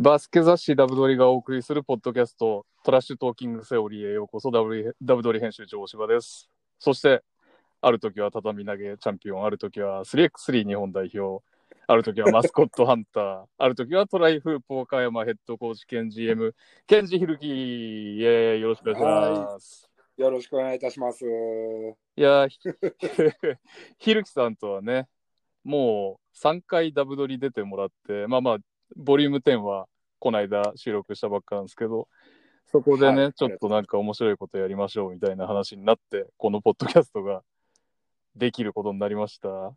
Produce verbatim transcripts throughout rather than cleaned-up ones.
バスケ雑誌ダブドリがお送りするポッドキャストトラッシュトーキングセオリーへようこそ。ダブリダブドリ編集長大柴です。そしてある時は畳投げチャンピオン、ある時は スリーエックススリー 日本代表、ある時はマスコットハンターある時はトライフープ岡山ヘッドコーチ兼 ジーエム ケンジヒルキー、イエーイ、よろしくお願いします。 よろしくお願いいたします。 いやひるきさんとはね、もうさんかいダブドリ出てもらって、まあまあボリュームテンはこの間収録したばっかなんですけど、そこでね、はい、ちょっとなんか面白いことやりましょうみたいな話になって、このポッドキャストができることになりました。はい。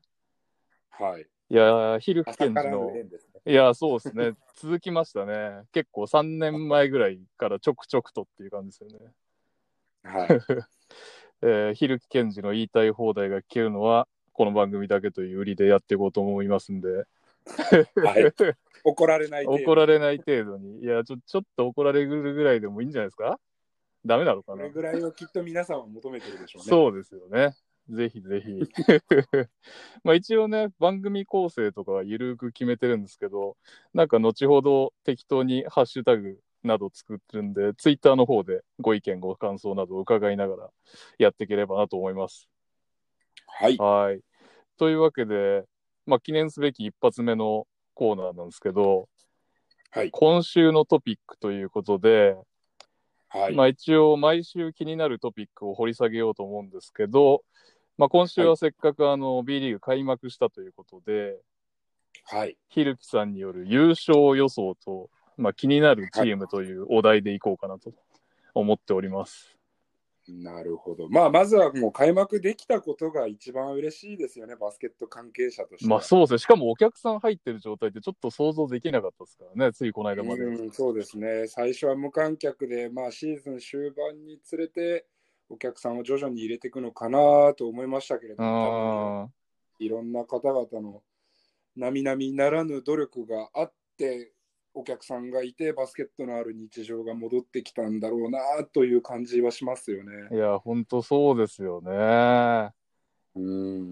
いや、ひるきけんじの、ね、いや、そうですね、続きましたね。結構さんねんまえぐらいからちょくちょくとっていう感じですよね。はい。えー、ひるきけんじの言いたい放題が聞けるのは、この番組だけという売りでやっていこうと思いますんで。 はい。怒られない程度。 怒られない程度に。いや、ちょ、ちょっと怒られるぐらいでもいいんじゃないですか？ダメなのかな？ これぐらいをきっと皆さんは求めてるでしょうね。 そうですよね。ぜひぜひ。まあ一応ね、番組構成とかはゆるく決めてるんですけど、なんか後ほど適当にハッシュタグなど作ってるんで、ツイッターの方でご意見ご感想などを伺いながらやっていければなと思います。 はい。 はい。というわけで、まあ記念すべき一発目のコーナーなんですけど、はい、今週のトピックということで、はい、まあ一応毎週気になるトピックを掘り下げようと思うんですけど、まあ、今週はせっかくあの B リーグ開幕したということで、はい、ひるきさんによる優勝予想と、まあ、気になるチームというお題でいこうかなと思っております。 はい、なるほど。まあまずはもう開幕できたことが一番嬉しいですよね、バスケット関係者としては。 まあそうですね。しかもお客さん入ってる状態ってちょっと想像できなかったですからね、ついこの間まで。 うん、そうですね。最初は無観客で、まあシーズン終盤につれてお客さんを徐々に入れていくのかなと思いましたけれども、多分いろんな方々の並々ならぬ努力があってお客さんがいてバスケットのある日常が戻ってきたんだろうなという感じはしますよね。 いや本当そうですよね。 うん、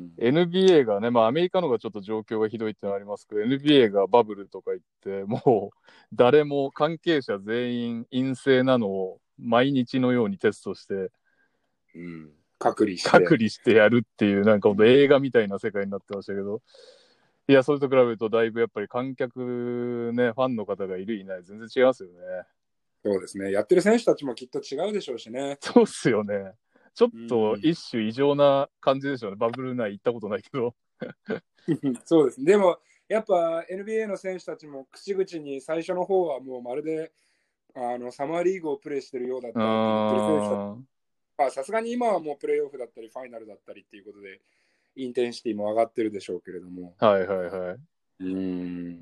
エヌビーエー がね、まあアメリカのがちょっと状況がひどいってのありますけど、エヌビーエー がバブルとか言ってもう誰も関係者全員陰性なのを毎日のようにテストして、 うん、隔離して隔離してやるっていうなんか映画みたいな世界になってましたけど、いやそれと比べるとだいぶやっぱり観客ね、ファンの方がいるいない全然違いますよね。 そうですね。やってる選手たちもきっと違うでしょうしね。 そうっすよね。ちょっと一種異常な感じでしょうね。バブル内行ったことないけど。 そうです。でもやっぱ エヌビーエー の選手たちも口々に最初の方はもうまるであのサマーリーグをプレーしてるようだったって言ってる選手たち、さすがに今はもうプレーオフだったりファイナルだったりっていうことでインテンシティも上がってるでしょうけれども。 はいはいはい。 うん。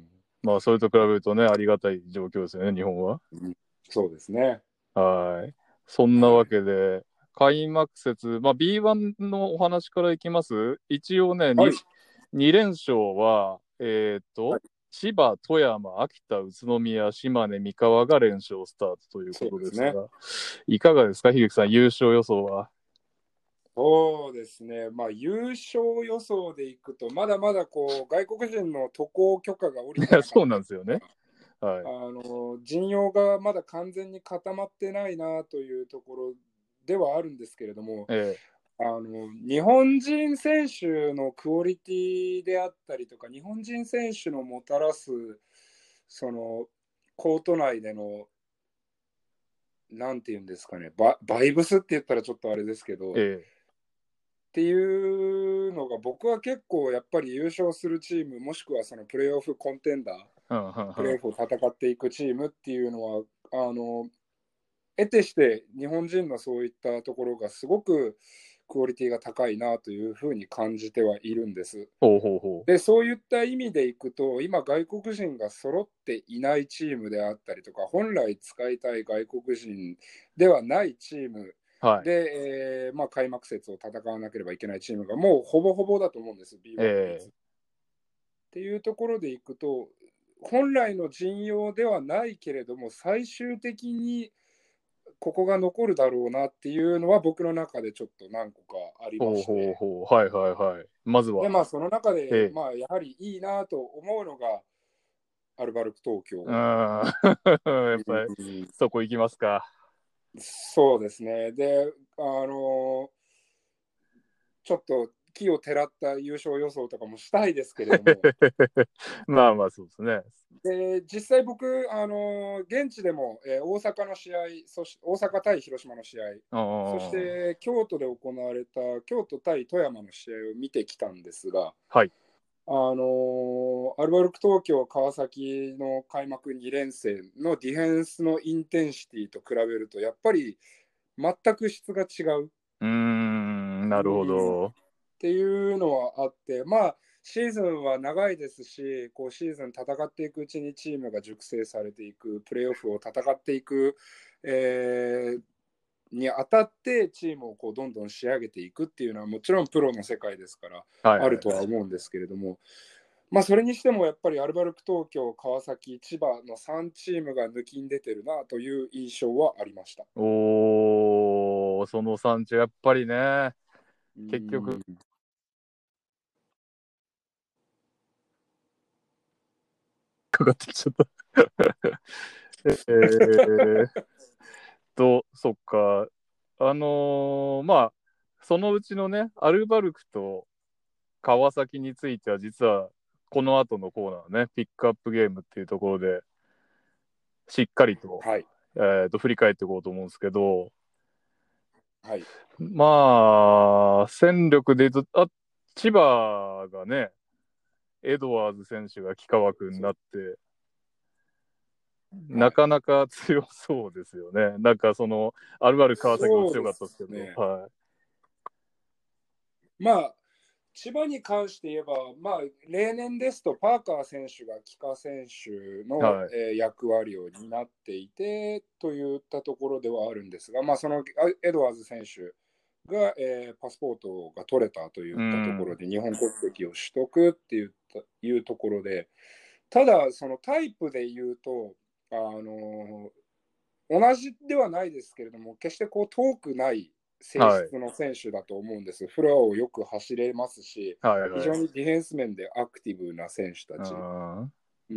まあそれと比べるとね、ありがたい状況ですよね、日本は。 うん、そうですね。 はい。そんなわけで、はい、開幕節、まあ ビーワン のお話からいきます。一応ね、はい、に連勝は、えっ、ー、と、はい、千葉、富山、秋田、宇都宮、島根、三河が連勝スタートということですが、すね、いかがですか、ひるきさん、優勝予想は。 そうですね、まあ、優勝予想でいくと、まだまだこう外国人の渡航許可が下りてなかった。 そうなんですよね。はい、 あの陣容がまだ完全に固まってないなというところではあるんですけれども、ええ、あの日本人選手のクオリティであったりとか、日本人選手のもたらすそのコート内でのなんていうんですかね、バ、バイブスって言ったらちょっとあれですけど、ええ、っていうのが僕は結構やっぱり優勝するチーム、もしくはそのプレーオフコンテンダー、プレーオフを戦っていくチームっていうのは、あの得てして日本人のそういったところがすごくクオリティが高いなというふうに感じてはいるんです。 ほうほうほう。 で、そういった意味でいくと、今外国人が揃っていないチームであったりとか、本来使いたい外国人ではないチームで、はい、えーまあ、開幕節を戦わなければいけないチームがもうほぼほぼだと思うんです、ビーワン のやつ、えー、っていうところでいくと、本来の陣容ではないけれども、最終的にここが残るだろうなっていうのは僕の中でちょっと何個かありまして、ほうほうほう、はいはいはい。まずは。 で、まあ、その中で、まあ、やはりいいなと思うのが、 アルバルク東京。 うんやっぱりそこ行きますか。 そうですね。で、あのちょっと木をてらった優勝予想とかもしたいですけれどもまあまあそうですね。 で実際僕、あの現地でも、えー、大阪の試合、そして大阪対広島の試合、そして京都で行われた京都対富山の試合を見てきたんですが、 はい、 あのアルバルク東京川崎の開幕に連戦のディフェンスのインテンシティと比べるとやっぱり全く質が違う。 うーんなるほど。 っていうのはあって、まあ、シーズンは長いですし、こうシーズン戦っていくうちにチームが熟成されていく、プレーオフを戦っていく、えー、にあたってチームをこうどんどん仕上げていくっていうのはもちろんプロの世界ですからあるとは思うんですけれども、はいはい、まあ、それにしてもやっぱりアルバルク東京、川崎、千葉のさんチームが抜きん出てるなという印象はありました。 おー、そのさんチームやっぱりね、結局かかってきちゃったえーとそっか、あのー、まあそのうちのねアルバルクと川崎については実はこの後のコーナーねピックアップゲームっていうところでしっかりと、 はい、 えー、と振り返っていこうと思うんですけど、 はい、 まあ戦力で言うとあ千葉がねエドワーズ選手が木川君になって、なかなか強そうですよね。なんかそのアルバルク川崎も強かったですけど、ね、はい。 まあ千葉に関して言えば、まあ、例年ですとパーカー選手が木川選手の、はい、えー、役割を担っていてといったところではあるんですが、まあ、そのエドワーズ選手が、えー、パスポートが取れたといったところで、日本国籍を取得っていったいうところで、ただ、そのタイプで言うと、あのー、同じではないですけれども、決してこう遠くない性質の選手だと思うんです。はい、フロアをよく走れますし、はいはい、非常にディフェンス面でアクティブな選手たち。うん、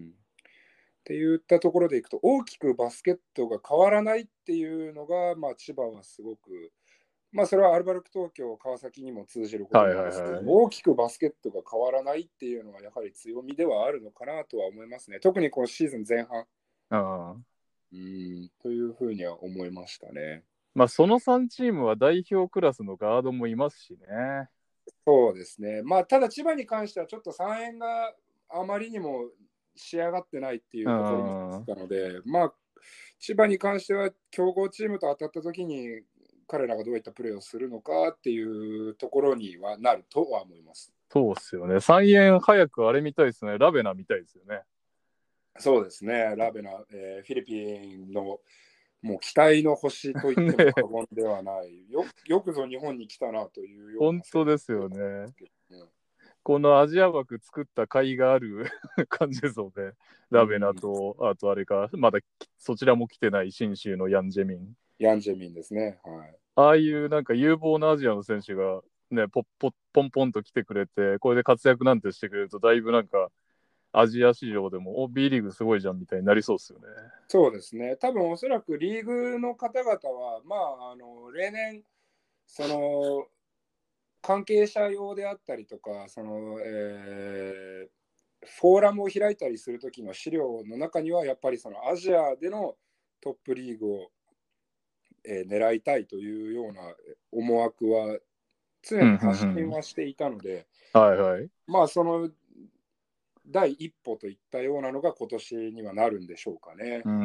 っていったところでいくと、大きくバスケットが変わらないっていうのが、まあ、千葉はすごく、まあ、それはアルバルク東京、川崎にも通じることなんですけど、はいはいはい、大きくバスケットが変わらないっていうのは、やはり強みではあるのかなとは思いますね。特にこのシーズン前半。あうんというふうには思いましたね。 まあ、そのさんチームは代表クラスのガードもいますしね。 そうですね。まあ、ただ千葉に関してはちょっとさんえんがあまりにも仕上がってないっていうところもあったので、まあ、千葉に関しては強豪チームと当たった時に彼らがどういったプレーをするのかっていうところにはなるとは思います。 そうですよね。さんえん早くあれ見たいですね。ラベナ見たいですよね。 そうですね。ラベナ、えー、フィリピンのもう期待の星と言っても過言ではない。よ, よくぞ日本に来たなというような。 本当ですよね。このアジア枠作った甲斐がある感じですよね。ラベナと、あとあれか、まだそちらも来てない信州のヤンジェミン。 ヤンジェミンですね。はい。 ああいうなんか有望なアジアの選手がね、ポッポッポンポンと来てくれて、これで活躍なんてしてくれると、だいぶなんか、アジア市場でも、お、B リーグすごいじゃんみたいになりそうですよね。 そうですね。多分おそらくリーグの方々は、まあ、あの例年、その関係者用であったりとか、その、えー、フォーラムを開いたりするときの資料の中には、やっぱりそのアジアでのトップリーグを、えー、狙いたいというような思惑は常に発信はしていたので、 はいはい。 まあ、その第一歩といったようなのが今年にはなるんでしょうかね。 うん。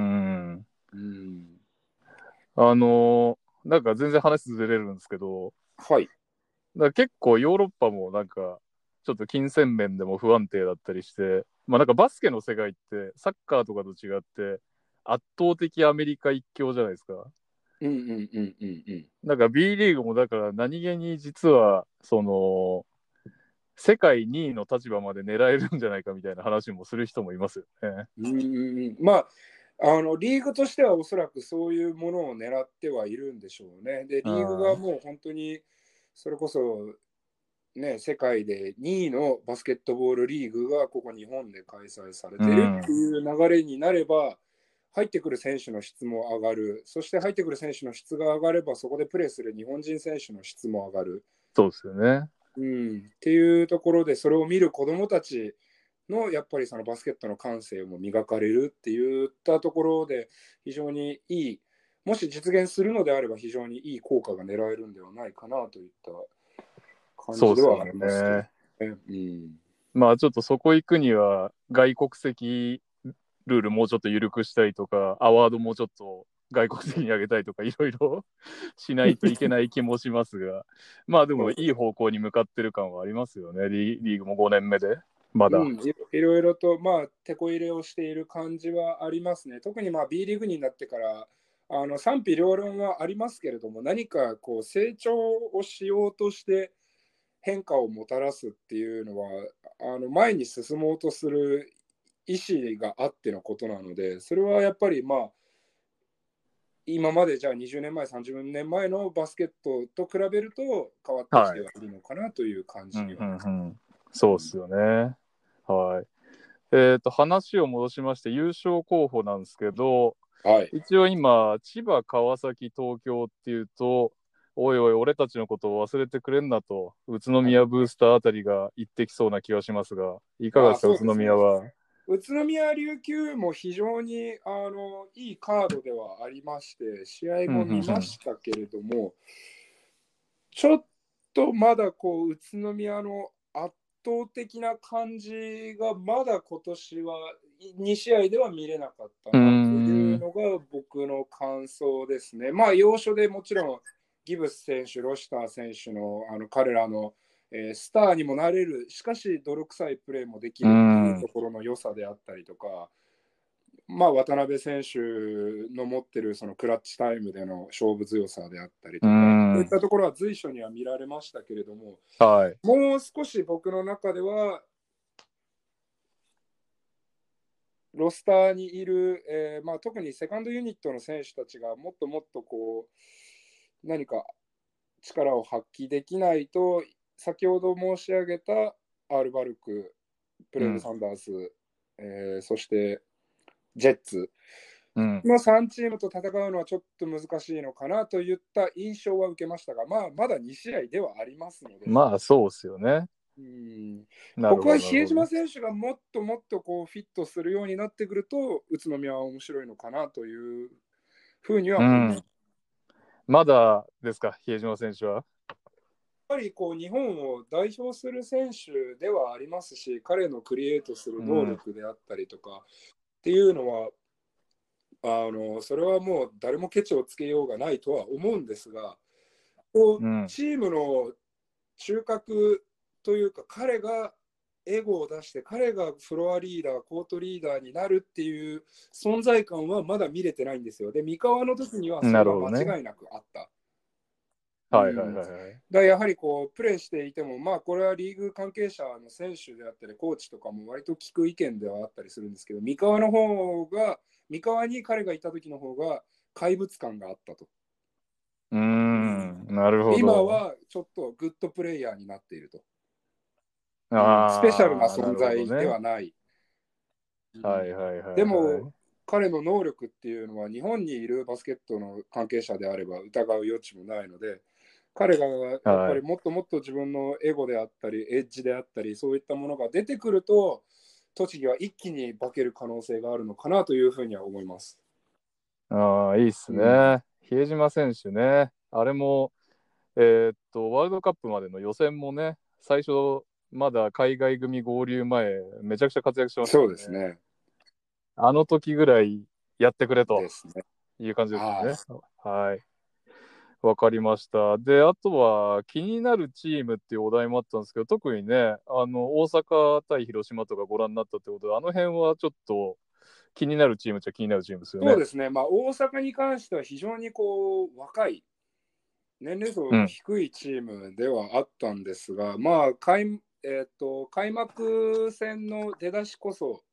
うん。 あのー、なんか全然話ずれるんですけど、 はい。 だから結構ヨーロッパもなんか、ちょっと金銭面でも不安定だったりして、まあなんかバスケの世界ってサッカーとかと違って圧倒的アメリカ一強じゃないですか。 うんうんうんうんうん。 なんか B リーグもだから何気に実はその世界にいの立場まで狙えるんじゃないかみたいな話もする人もいますよね。 うんまああのリーグとしてはおそらくそういうものを狙ってはいるんでしょうね。でリーグがもう本当にそれこそね、世界でにいのバスケットボールリーグがここ日本で開催されてるっていう流れになれば、入ってくる選手の質も上がる。そして入ってくる選手の質が上がれば、そこでプレーする日本人選手の質も上がる。 そうですよね。 うん、っていうところで、それを見る子どもたちのやっぱりそのバスケットの感性も磨かれるっていったところで、非常にいい、もし実現するのであれば、非常にいい効果が狙えるんではないかなといった感じではありますね。うん、 まあちょっとそこ行くには、外国籍ルールもうちょっと緩くしたりとか、アワードもうちょっと外国籍に上げたいとか、いろいろしないといけない気もしますが、まあでもいい方向に向かってる感はありますよね、リリーグもごねんめで。まだ、 うん、いろいろと、まあ、手こ入れをしている感じはありますね。特にまあ B リーグになってからあの賛否両論はありますけれども、何かこう成長をしようとして変化をもたらすっていうのは、あの前に進もうとする意思があってのことなので、それはやっぱりまあ今までじゃあにじゅうねんまえ、さんじゅうねんまえのバスケットと比べると変わってきてはいるのかなという感じには、 うんうんうん、そうですよね。はい。えっと、話を戻しまして、優勝候補なんですけど、 はい、 一応今、千葉、川崎、東京っていうと、おいおい、俺たちのことを忘れてくれんなと、宇都宮ブースターあたりが言ってきそうな気がしますが、いかがですか、宇都宮は。 宇都宮、琉球も非常にあのいいカードではありまして、試合も見ましたけれども、ちょっとまだこう宇都宮の圧倒的な感じがまだ今年はに試合では見れなかったなというのが僕の感想ですね。まあ要所でもちろんギブス選手、ロシター選手のあの彼らの、えー、スターにもなれる、しかし泥臭いプレーもできるっていうところの良さであったりとか、まあ、渡辺選手の持ってるそのクラッチタイムでの勝負強さであったりとか、そういったところは随所には見られましたけれども、 はい、 もう少し僕の中では、ロスターにいる、えーまあ、特にセカンドユニットの選手たちがもっともっとこう何か力を発揮できないと、先ほど申し上げたアールバルク、プレード・サンダース、うんえー、そしてジェッツのさんチームと戦うのはちょっと難しいのかなといった印象は受けましたが、まあ、まだに試合ではありますので、 まあそうですよね。 うん僕は比江島選手がもっともっとこうフィットするようになってくると、宇都宮は面白いのかなというふうには思います。うん、 まだですか、比江島選手は。 やっぱりこう日本を代表する選手ではありますし、彼のクリエイトする能力であったりとかっていうのは、あのそれはもう誰もケチをつけようがないとは思うんですが、こう、うん、チームの中核というか、彼がエゴを出して、彼がフロアリーダー、コートリーダーになるっていう存在感はまだ見れてないんですよ。で、三河の時にはそれは間違いなくあった。 はいはいはいはい。 だやはりこうプレーしていても、まあこれはリーグ関係者の選手であったり、コーチとかも割と聞く意見ではあったりするんですけど、三河の方が、三河に彼がいた時の方が怪物感があったと。 うーん、なるほど。 今はちょっとグッドプレイヤーになっていると。あうん、スペシャルな存在ではない。 はいはいはい、はい。 でも、彼の能力っていうのは日本にいるバスケットの関係者であれば疑う余地もないので、彼がやっぱりもっともっと自分のエゴであったり、エッジであったり、そういったものが出てくると、栃木は一気に化ける可能性があるのかなというふうには思います。 ああ、いいっすね。うん、比江島選手ね。あれも、えー、っと、ワールドカップまでの予選もね、最初、まだ海外組合流前、めちゃくちゃ活躍してましたね。 そうですね。 あの時ぐらいやってくれという感じですね。 ですね。 はい。わかりました。で、あとは気になるチームっていうお題もあったんですけど、特にね、あの、大阪対広島とかご覧になったってことで、あの辺はちょっと気になるチームっちゃ気になるチームですよね。 そうですね。まあ、大阪に関しては非常にこう、若い、年齢層低いチームではあったんですが、うん、まあ開、えーと、開幕戦の出だしこそ、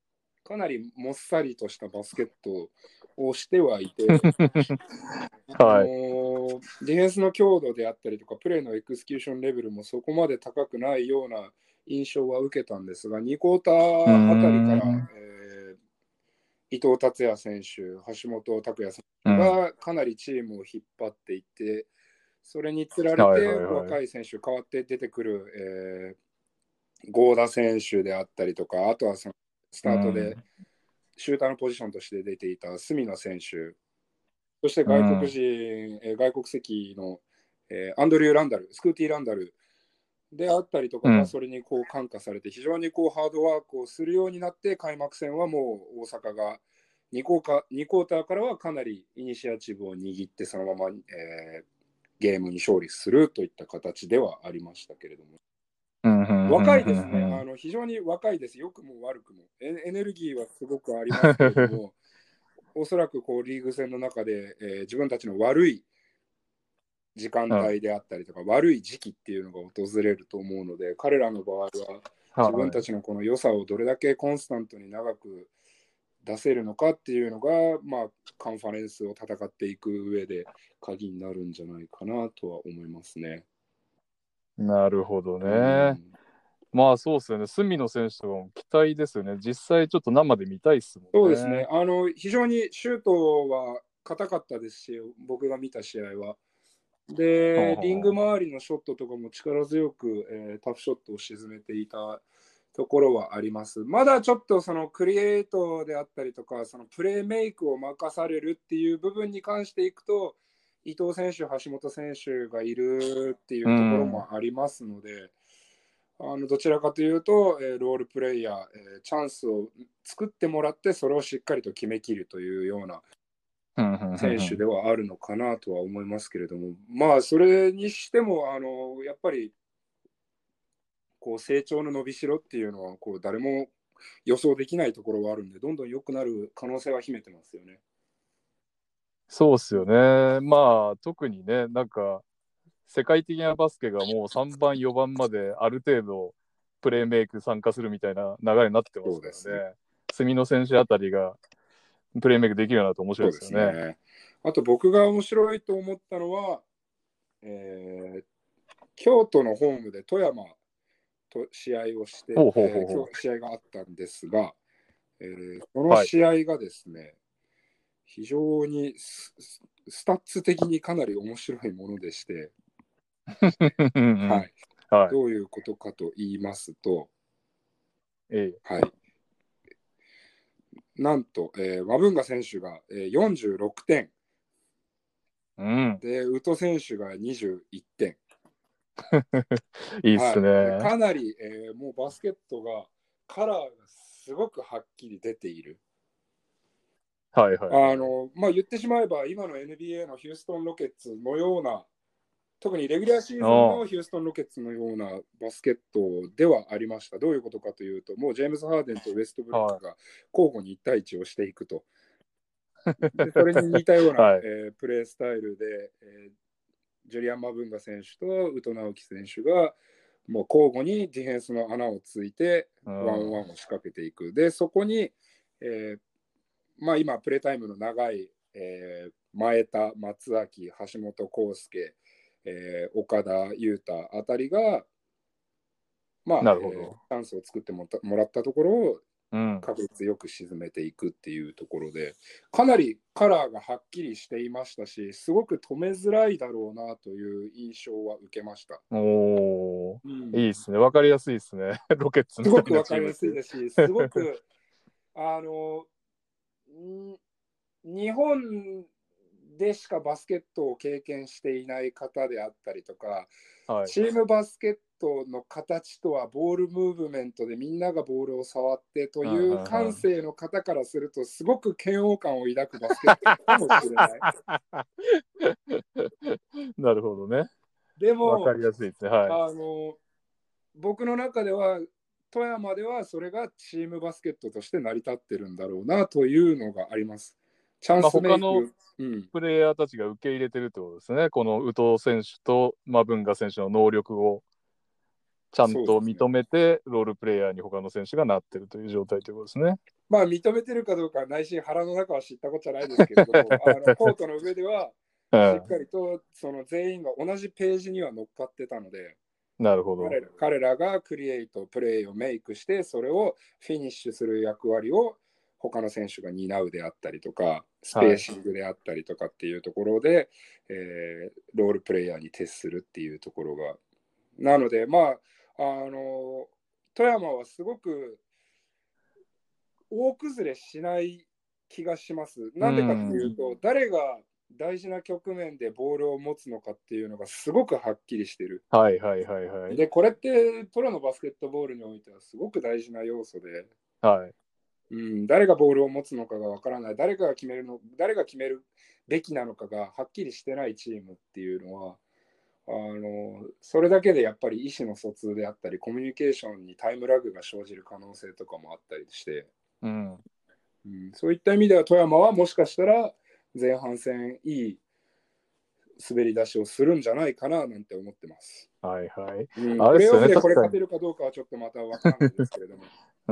かなりもっさりとしたバスケットをしてはいて、 はい、 のディフェンスの強度であったりとか、プレーのエクスキューションレベルもそこまで高くないような印象は受けたんですが、にクォーターあたりから、えー、伊藤達也選手、橋本拓也選手がかなりチームを引っ張っていって、それにつられて若い選手、代わって出てくる、えー、郷田選手であったりとか、あとはそのスタートでシューターのポジションとして出ていた隅野選手、そして外国人、えー、外国籍の、えー、アンドリュー・ランダル、スクーティー・ランダルであったりとかが、それにこう感化されて、非常にこうハードワークをするようになって、開幕戦はもう大阪が2クォーター、にクォーターからはかなりイニシアチブを握って、そのまま、えー、ゲームに勝利するといった形ではありましたけれども。若いですね。あの非常に若いです。良くも悪くも。エネルギーはすごくありますけれども、おそらくこうリーグ戦の中で、えー、自分たちの悪い時間帯であったりとか、うん、悪い時期っていうのが訪れると思うので、彼らの場合は自分たちのこの良さをどれだけコンスタントに長く出せるのかっていうのが、まあ、カンファレンスを戦っていく上で鍵になるんじゃないかなとは思いますね。 なるほどね。うん、まあそうですよね。隅野選手とかも期待ですよね。実際ちょっと生で見たいっすもんね。 そうですね。あの非常にシュートは硬かったですし、僕が見た試合は。で、リング周りのショットとかも力強く、えー、タフショットを沈めていたところはあります。まだちょっとそのクリエイトであったりとか、そのプレーメイクを任されるっていう部分に関していくと、伊藤選手、橋本選手がいるっていうところもありますので、うん、あのどちらかというと、えー、ロールプレイヤー、えー、チャンスを作ってもらって、それをしっかりと決めきるというような選手ではあるのかなとは思いますけれども、まあそれにしてもあのやっぱりこう成長の伸びしろっていうのはこう誰も予想できないところはあるんで、どんどん良くなる可能性は秘めてますよね。 そうっすよね。まあ特にね、なんか世界的なバスケがもうさんばんよばんまである程度プレーメイク参加するみたいな流れになってますからね。隅野選手あたりがプレーメイクできるようになると面白いですよね。 そうですね。あと僕が面白いと思ったのは、えー、京都のホームで富山と試合をして、 ほうほうほうほう、 えー、試合があったんですが、えー、この試合がですね、はい、非常にスタッツ的にかなり面白いものでして、はいはい、どういうことかと言いますと、 ええ、 はい、なんと、えー、マブンガ選手が、えー、よんじゅうろくてん、 うん、 でウト選手がにじゅういってんいいっすね、 はい、かなり、えー、もうバスケットがカラーがすごくはっきり出ている。 はいはい、はい、 あのまあ、言ってしまえば今の エヌビーエー のヒューストン・ロケッツのような、特にレギュラーシーズンのヒューストン・ロケッツのようなバスケットではありました。どういうことかというと、もうジェームズ・ハーデンとウェストブルックが交互にいち対いちをしていくと。でそれに似たような、はい、えー、プレースタイルで、えー、ジュリアン・マブンガ選手とウト・ナウキ選手がもう交互にディフェンスの穴をついてワンオンワンを仕掛けていく。で、そこに、えーまあ、今、プレータイムの長い、えー、前田、松脇、橋本康介、えー、岡田優太あたりが、まあ、なるほど、えー、チャンスを作ってもらったところを確率よく沈めていくっていうところで、かなりカラーがはっきりしていましたし、すごく止めづらいだろうなという印象は受けました。 おー、うん、いいですね。分かりやすいですね。ロケッツみたいなチームって。 すごく分かりやすいですし、すごくあの日本でしかバスケットを経験していない方であったりとか、はい、チームバスケットの形とはボールムーブメントでみんながボールを触ってという感性の方からするとすごく嫌悪感を抱くバスケットかもしれない。 なるほどね。 でも分かりやすいですね。はい、 あの僕の中では富山ではそれがチームバスケットとして成り立ってるんだろうなというのがあります。チャンスメイク、 まあ、他のプレイヤーたちが受け入れてるってことですね。うん、この宇藤選手とマブンガ選手の能力をちゃんと認めてロールプレイヤーに他の選手がなってるという状態ということですね。 まあ認めてるかどうか内心腹の中は知ったことじゃないですけれどもあのコートの上ではしっかりとその全員が同じページには乗っかってたので、 なるほど。 彼ら、彼らがクリエイト、プレイをメイクして、それをフィニッシュする役割を他の選手が担うであったりとか、スペーシングであったりとかっていうところで、はい、えー、ロールプレイヤーに徹するっていうところが。なので、まあ、あの、富山はすごく大崩れしない気がします。なんでかっていうと、誰が大事な局面でボールを持つのかっていうのがすごくはっきりしてる。 はいはいはいはい。 で、これってプロのバスケットボールにおいてはすごく大事な要素で、 はい。 うん、誰がボールを持つのかがわからない、誰かが決めるの、誰が決めるべきなのかがはっきりしてないチームっていうのは、あのそれだけでやっぱり意思の疎通であったり、コミュニケーションにタイムラグが生じる可能性とかもあったりして、 うんうん、そういった意味では富山はもしかしたら前半戦いい滑り出しをするんじゃないかななんて思ってます。 はいはい。 うん、プレーオフでこれ勝てるかどうかはちょっとまた分からないですけれども。 うん、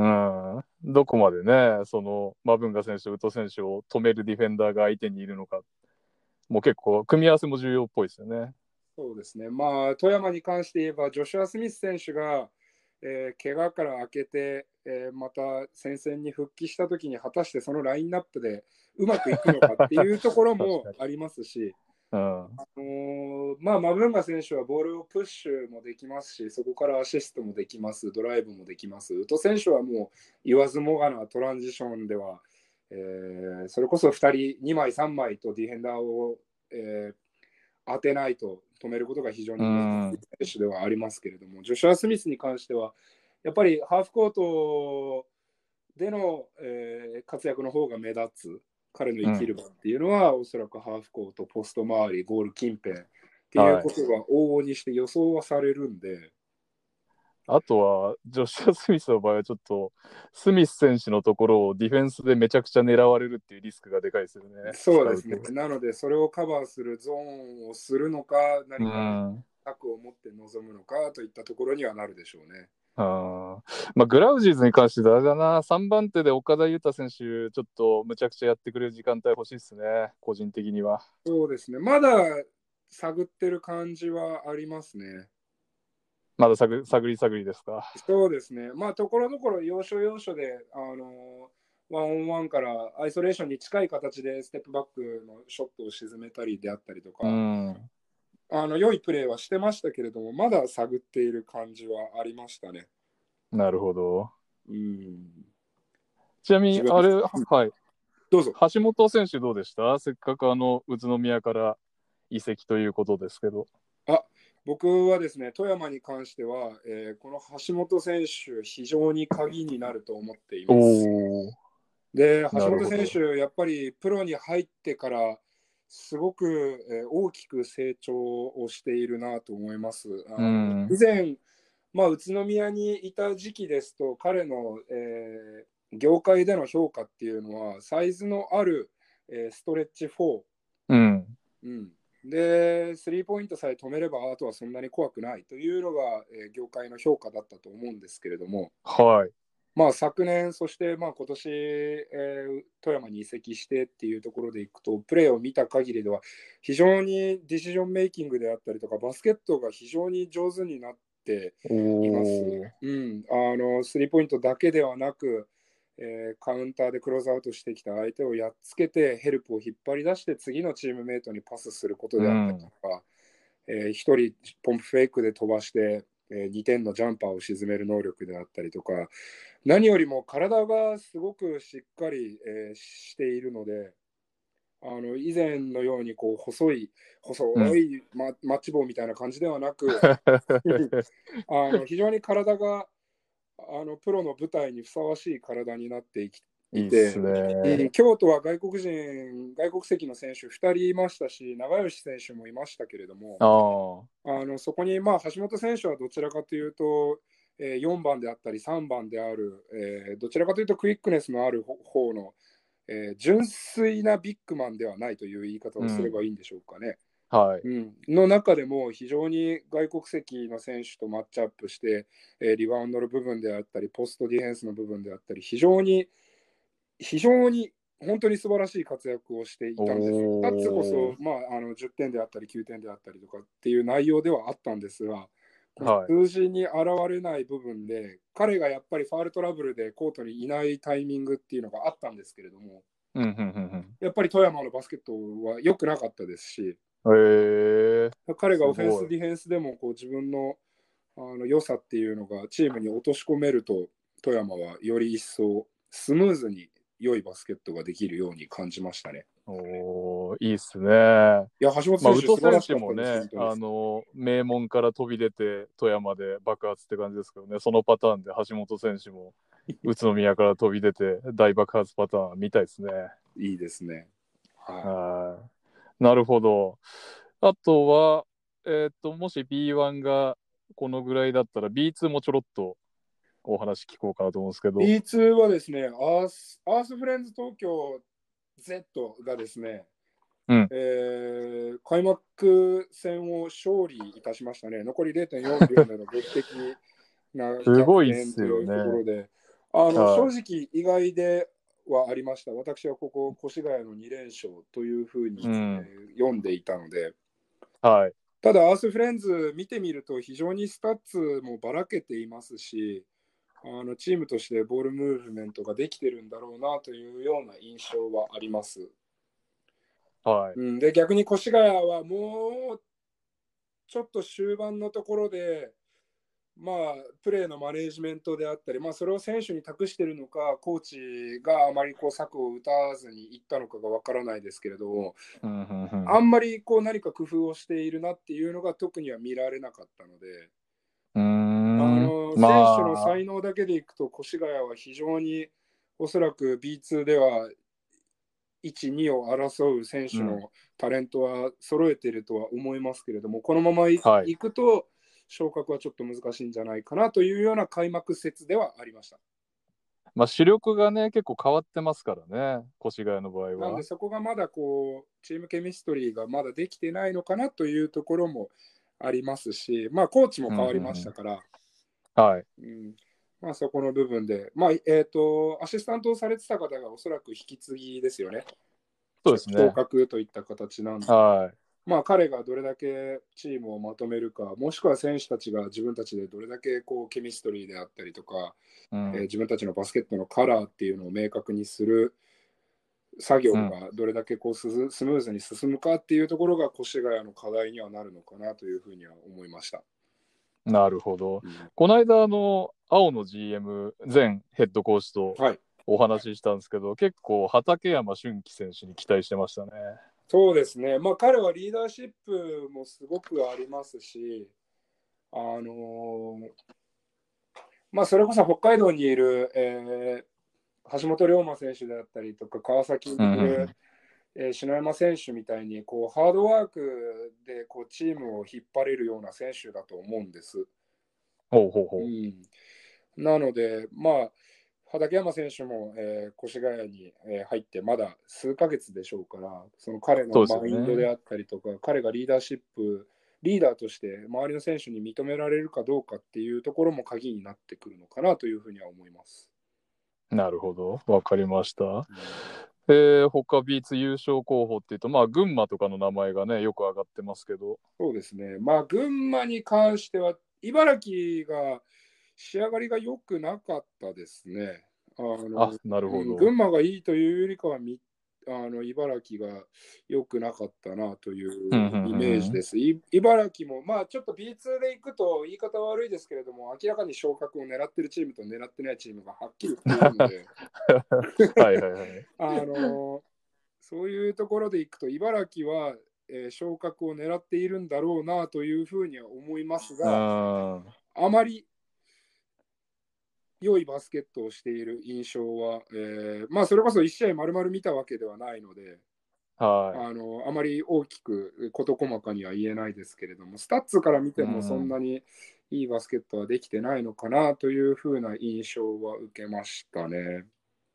どこまでね、そのマブンガ選手、ウト選手を止めるディフェンダーが相手にいるのか、もう結構、組み合わせも重要っぽいですよね。 そうですね、まあ、富山に関して言えば、ジョシュア・スミス選手が、えー、怪我から明けて、えー、また戦線に復帰したときに、果たしてそのラインナップでうまくいくのかっていうところもありますし、 うん、 あのー、まあ、マブンガ選手はボールをプッシュもできますし、そこからアシストもできます、ドライブもできます。ウト選手はもう言わずもがなトランジションでは、えー、それこそふたり、にまい、さんまいとディフェンダーを、えー、当てないと止めることが非常に難しい選手ではありますけれども、ジョシュア・スミスに関しては、やっぱりハーフコートでの、えー、活躍の方が目立つ。彼の生きる場っていうのは、うん、おそらくハーフコート、ポスト周り、ゴール近辺っていうことが往々にして予想はされるんで、 あとは、ジョシュア・スミスの場合はちょっと、スミス選手のところをディフェンスでめちゃくちゃ狙われるっていうリスクがでかいですよね。 そうですね。なので、それをカバーするゾーンをするのか、何か策を持って臨むのかといったところにはなるでしょうね。 あまあ、グラウジーズに関してはあれだな、さんばん手で岡田優太選手、ちょっとむちゃくちゃやってくれる時間帯欲しいですね、個人的には。 そうですね。まだ探ってる感じはありますね。 まだ探探り探りですか。 そうですね。まあ、ところどころ要所要所で、あのワンオンワンからアイソレーションに近い形でステップバックのショットを沈めたりであったりとか、 うん、 あの良いプレーはしてましたけれども、まだ探っている感じはありましたね。 なるほど。 うん、 ちなみに、あれ、はい。 どうぞ。 橋本選手どうでした？せっかくあの宇都宮から移籍ということですけど。 あ、僕はですね、富山に関しては、えー、この橋本選手、非常に鍵になると思っています。で、橋本選手、やっぱりプロに入ってから、すごく、えー、大きく成長をしているなと思います。あの以前、まあ、宇都宮にいた時期ですと、彼の、えー、業界での評価っていうのは、サイズのある、えー、ストレッチフォー。 うんうんで、スリーポイントさえ止めれば、あとはそんなに怖くないというのが、えー、業界の評価だったと思うんですけれども、 はい。 まあ、昨年、そしてまあ今年、えー、富山に移籍してっていうところでいくと、プレーを見た限りでは、非常にディシジョンメイキングであったりとか、バスケットが非常に上手になっています。うん、あのスリーポイントだけではなく、えー、カウンターでクローズアウトしてきた相手をやっつけてヘルプを引っ張り出して次のチームメイトにパスすることであったりとか、うん、えー、ひとりポンプフェイクで飛ばして、えー、にてんのジャンパーを沈める能力であったりとか、何よりも体がすごくしっかり、えー、しているので、あの以前のようにこう細い細い、うん、マ, マッチ棒みたいな感じではなくあの非常に体があのプロの舞台にふさわしい体になっていきいて、いいっすね、うん、京都は外国人、外国籍の選手ふたりいましたし、長吉選手もいましたけれども、ああのそこに、まあ、橋本選手はどちらかというと、えー、よんばんであったりさんばんである、えー、どちらかというとクイックネスのある方の、えー、純粋なビッグマンではないという言い方をすればいいんでしょうかね。 はい。 うん、の中でも非常に外国籍の選手とマッチアップして、えーリバウンドの部分であったり、ポストディフェンスの部分であったり、非常に、非常に本当に素晴らしい活躍をしていたんです。スタッツこそ、 おー。 まあ、あのじゅってんであったり、きゅうてんであったりとかっていう内容ではあったんですが、こはい。 の数字に現れない部分で、彼がやっぱりファールトラブルでコートにいないタイミングっていうのがあったんですけれども、 うん、うん、うん、 やっぱり富山のバスケットは良くなかったですし、 うん。へえ、 彼がオフェンス、 すごい。 ディフェンスでもこう自分のあの良さっていうのがチームに落とし込めると、富山はより一層スムーズに良いバスケットができるように感じましたね。 おー、いいっすね。 いや、橋本まあ、 選手、素晴ら宇都選手しかったです、 もね、 本当に。 あの、名門から飛び出て、富山で爆発って感じですけどね、そのパターンで橋本選手も宇都宮から飛び出て大爆発パターンみたいですね。 いいですね。ははい。なるほど。あとは、えっと、もし ビーワン がこのぐらいだったら ビーツー もちょろっとお話聞こうかなと思うんですけい。 ど。 ビーツー はですね、アース、アースフレンズ東京 Z がですね、 うん。 えー開幕戦を勝利いたしましたね。残りれいてんよんびょうでの劇的なす逆ごいっす転というとこよね。 ろで、あの正は直意外ではありました。私はここ、越谷のに連勝というふうい。うに、 ん。 えー読んでいたので、 はい。 ただ、アースフレンズ見てみると、非常にスタッツもばらけていますし、あのチームとしてボールムーブメントができてるんだろうなというような印象はあります。 はい。 うん、で逆に越谷はもうちょっと終盤のところで、まあ、プレーのマネージメントであったり、まあ、それを選手に託しているのか、コーチがあまりこう策を打たずにいったのかがわからないですけれども、 うん、うん、うん。 あんまりこう何か工夫をしているなっていうのが特には見られなかったので、 うーん。 あの選手のまあ、 才能だけでいくと、越谷は非常におそらく ビーツー ではいち、にを争う選うん。 手のタレントは揃えているとは思いますけれども、このままいはい。 くと昇格はちょっと難しいんじゃないかなというような開幕節ではありました。 まあ、主力がね、結構変わってますからね、越谷の場合は。 なんでそこがまだこうチームケミストリーがまだできてないのかなというところもありますし、まあコーチもうん、うん、 変わりまうん。 したから、 はい。 うんまあ、そこの部分で、まあえーと、アシスタントをされてた方がおそらく引き継ぎですよね。昇そうですね。 格といった形なんで、 はまあ、彼がどれだけチームをまとめるか、もしくは選手たちが自分たちでどれだけこうケミストリーであったりとか、 い。うん。 えー自分たちのバスケットのカラーっていうのを明確にする作業うん。 がどれだけこうスムーズに進むかっていうところが越谷の課題にはなるのかなというふうには思いました。 なるほど。 うん、 この間、あの、青の ジーエム、前ヘッドコーチとはい、 お話ししたんですけど、結構、畠山俊樹選手に期待してましたね。 そうですね、まあ、彼はリーダーシップもすごくありますし、あのーまあ、それこそ北海道にいる、えー橋本龍馬選手であったりとか、川崎にうん、うん、ういる、 ん。 えー篠山選手みたいにこうハードワークでこうチームを引っ張れるような選手だと思うんです。 ほうほうほうん、なので、まあ、畠山選手も、えー越谷に、えー入ってまだ数ヶ月でしょうから、その彼う。そうですよのマインドでね。 あったりとか、彼がリーダーシップ、リーダーとして周りの選手に認められるかどうかっていうところも鍵になってくるのかなというふうには思います。 なるほど。わかりました。 うんえー、他ビーツ優勝候補っていうと、まあ、群馬とかの名前がね、よく上がってますけど。 そうですね。まあ、群馬に関しては、茨城が仕上がりが良くなかったですね。ああ、 の、 なるうん、 ほど。 群馬がいいというよりかはみ、あの茨城が良くなかったなというん、ううイメージん、うん。 です。い茨城も、まあ、ちょっと ビーツー で行くと言い方悪いですけれども、明らかに昇格を狙ってるチームと狙ってないチームがはっきりしているので、 はいはいはい。 あのそういうところでいくと、茨城は、えー昇格を狙っているんだろうなというふうには思いますうが、 ん。 あまり良いバスケットをしている印象は、えーまあ、それこそいち試合丸々見たわけではないので、 はい。 あのあまり大きく事細かには言えないですけれども、スタッツから見てうもそんなん。 にいいバスケットはできてないのかなというふうな印象は受けましたね。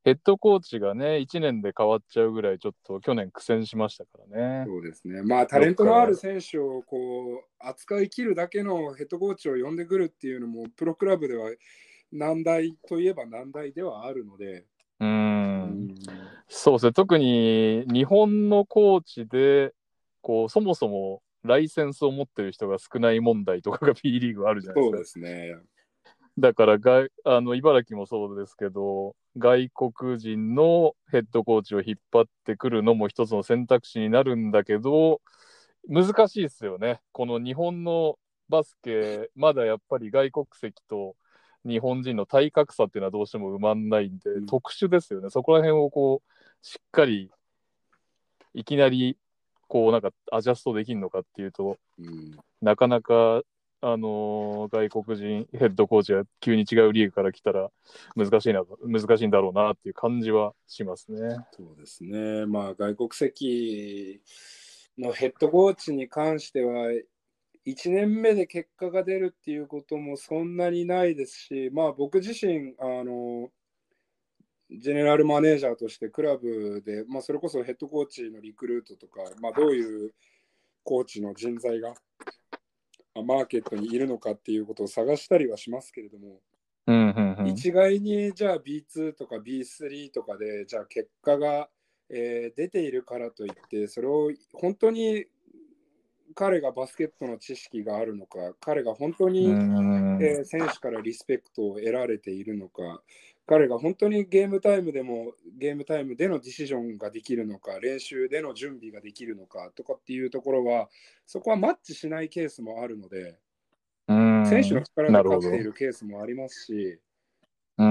ヘッドコーチがね、いちねんで変わっちゃうぐらい、ちょっと去年苦戦しましたからね。 そうですね。まあ、タレントのある選手をこう扱い切るだけのヘッドコーチを呼んでくるっていうのも、プロクラブでは難題といえば難題ではあるので。 うーん、うんそうですね。特に日本のコーチで、こう、そもそもライセンスを持ってる人が少ない問題とかが B リーグあるじゃないですか。 そうですね。 だからがあの茨城もそうですけど、外国人のヘッドコーチを引っ張ってくるのも一つの選択肢になるんだけど、難しいですよね。この日本のバスケ、まだやっぱり外国籍と日本人の体格差っていうのはどうしても埋まんないんで、うん、特殊ですよね。そこら辺をこうしっかりいきなりこうなんかアジャストできるのかっていうと、うん、なかなかあのー、外国人ヘッドコーチが急に違うリーグから来たら難しいな難しいんだろうなっていう感じはしますね。 そうですね。まあ外国籍のヘッドコーチに関してはいちねんめで結果が出るっていうこともそんなにないですし、まあ僕自身あのジェネラルマネージャーとしてクラブで、まあ、それこそヘッドコーチのリクルートとか、まあ、どういうコーチの人材がマーケットにいるのかっていうことを探したりはしますけれども、 うんうんうん、 一概にじゃあ ビーツー とか ビースリー とかでじゃあ結果が、えー、出ているからといってそれを本当に彼がバスケットの知識があるのか、彼が本当に、えー、選手からリスペクトを得られているのか、彼が本当にゲームタイムでもゲームタイムでのディシジョンができるのか、練習での準備ができるのかとかっていうところは、そこはマッチしないケースもあるので、 うん選手の力で勝っているケースもありますし、 うん、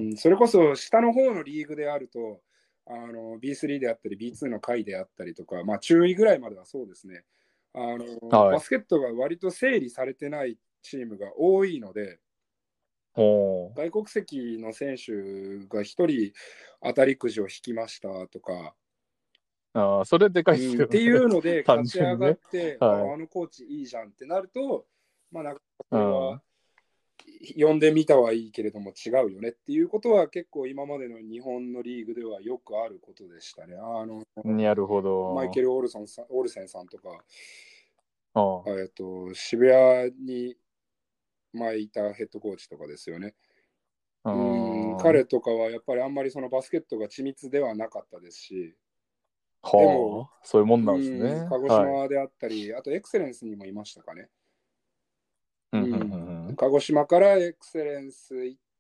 うんそれこそ下の方のリーグであると、あの ビースリー であったり ビーツー の回であったりとか、まあ中位ぐらいまではそうですね。あの、はい、バスケットが割と整理されてないチームが多いので、外国籍の選手がひとり当たりくじを引きましたとか、 あそれでかいっすよね、 うん、っていうので勝ち上がって、 ねはい、 あ、あのコーチいいじゃんってなると、まあ、なんかこれは呼んでみたはいいけれども違うよねっていうことは結構今までの日本のリーグではよくあることでしたね。あのなるほど。 マイケル・オルソンさんオルセンさんとか、あえっと、渋谷に前いたヘッドコーチとかですよね。うん彼とかはやっぱりあんまりそのバスケットが緻密ではなかったですし、 でもそういうもんなんですね。 鹿児島であったり、はい、あとエクセレンスにもいましたかね。 うんうんうんうん、 鹿児島からエクセレンス行って、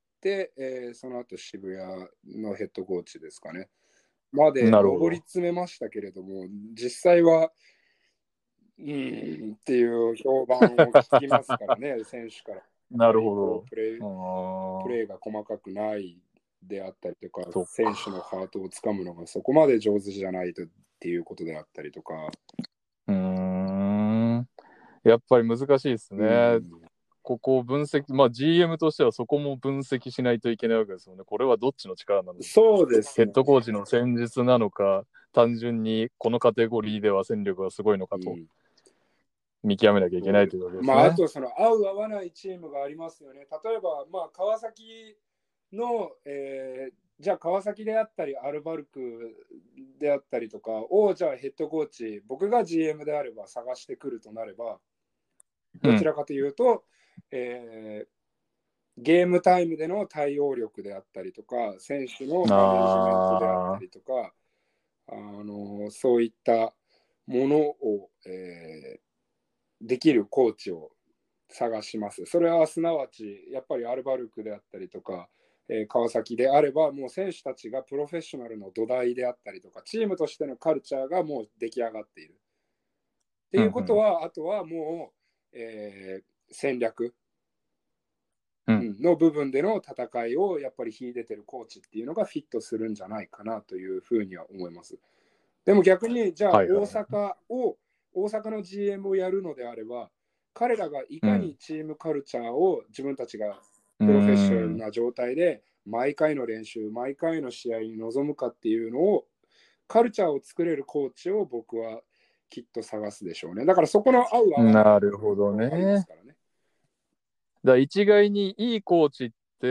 えー、その後渋谷のヘッドコーチですかね。まで上り詰めましたけれども、実際は、うんっていう評判を聞きますからね、選手から。 なるほど。 プレー、プレーが細かくないであったりとか、選手のハートをつかむのがそこまで上手じゃないとっていうことであったりとか。 うーん。やっぱり難しいですね。うんここを分析、まあ ジーエム としてはそこも分析しないといけないわけですよね。これはどっちの力なのか。 そうです、 ね、ヘッドコーチの戦術なのか、単純にこのカテゴリーでは戦力がすごいのかと、見極めなきゃいけないというわけですね。 まあ、あとその合う合わないチームがありますよね。例えば、まあ、川崎の、えー、じゃあ川崎であったり、アルバルクであったりとかを、じゃあヘッドコーチ、僕が ジーエム であれば探してくるとなれば、どちらかというと、うんえー、ゲームタイムでの対応力であったりとか、選手のマネジメントであったりとか、あのそういったものを、えー、できるコーチを探します。それはすなわち、やっぱりアルバルクであったりとか、えー、川崎であれば、もう選手たちがプロフェッショナルの土台であったりとか、チームとしてのカルチャーがもう出来上がっている。っていうことは、うんうん、あとはもう、えー、戦略、うん、の部分での戦いをやっぱり秀でてるコーチっていうのがフィットするんじゃないかなというふうには思います。でも逆に、じゃあ大阪を、大阪の ジーエム をやるのであれば、彼らがいかにチームカルチャーを自分たちがプロフェッショナルな状態で毎回の練習、毎回の試合に臨むかっていうのを、カルチャーを作れるコーチを僕はきっと探すでしょうね。だからそこの合う合わないなるほどね。だから一概にいいコーチって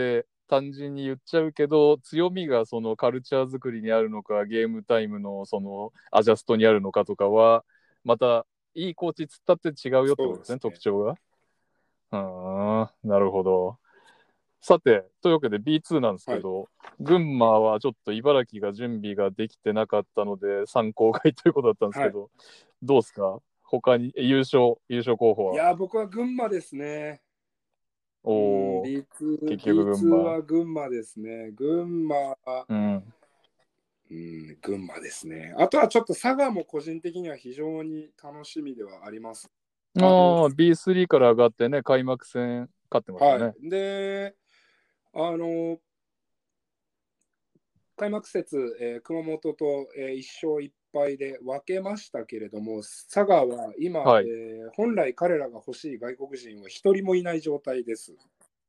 単純に言っちゃうけど、強みがそのカルチャー作りにあるのか、ゲームタイムのそのアジャストにあるのかとかは、またいいコーチつったって違うよってことですね、 ね、 特徴が。ああ、なるほど。さて、というわけで ビーツー なんですけど、はい、群馬はちょっと茨城が準備ができてなかったので参考外ということだったんですけど、はい、どうですか他に優勝、優勝候補は。 いや、僕は群馬ですね。 おお、 ビーツー、 結局群馬。 ビーツー は群馬ですね。群馬は、 うん、 うん、群馬ですね。あとはちょっと佐賀も個人的には非常に楽しみではあります。 ああ、ビースリー から上がってね、開幕戦勝ってましたね。 はい、で、あの、開幕節、えー、熊本と、えー、いっ勝いっ敗で分けましたけれども、佐賀は今、はい、えー、本来彼らが欲しい外国人は一人もいない状態です。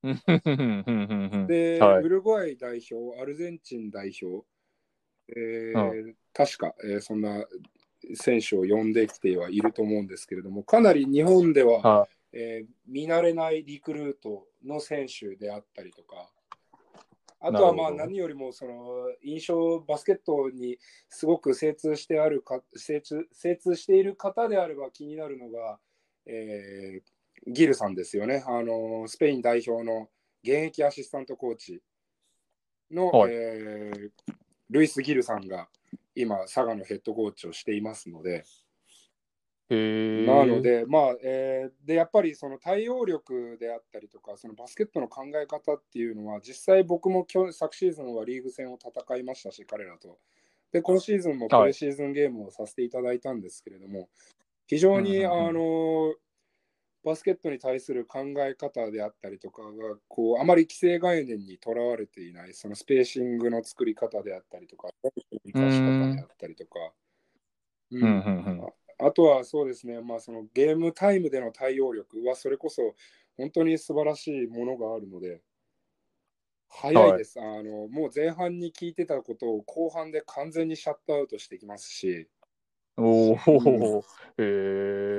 で、はい、ウルグアイ代表、アルゼンチン代表、えーうん、確か、えー、そんな選手を呼んできてはいると思うんですけれども、かなり日本では、はい、えー、見慣れないリクルートの選手であったりとか、あとはまあ何よりもその印象バスケットにすごく精通してあるか精通精通している方であれば気になるのが、えー、ギルさんですよね。あのスペイン代表の現役アシスタントコーチの、はい、えー、ルイス・ギルさんが今佐賀のヘッドコーチをしていますので。なので、まあえー、でやっぱりその対応力であったりとか、そのバスケットの考え方っていうのは、実際僕も今日昨シーズンはリーグ戦を戦いましたし、彼らと。で、今シーズンもプレシーズンゲームをさせていただいたんですけれども、はい、非常に、うんうんうん、あのバスケットに対する考え方であったりとかが、こうあまり既成概念にとらわれていない、そのスペーシングの作り方であったりとか、生かし方であったりとか。うんうんうんうんあとはそうですね、まあ、そのゲームタイムでの対応力はそれこそ本当に素晴らしいものがあるので、早いです、はい、あのもう前半に聞いてたことを後半で完全にシャットアウトしてきますし。 おー、うん、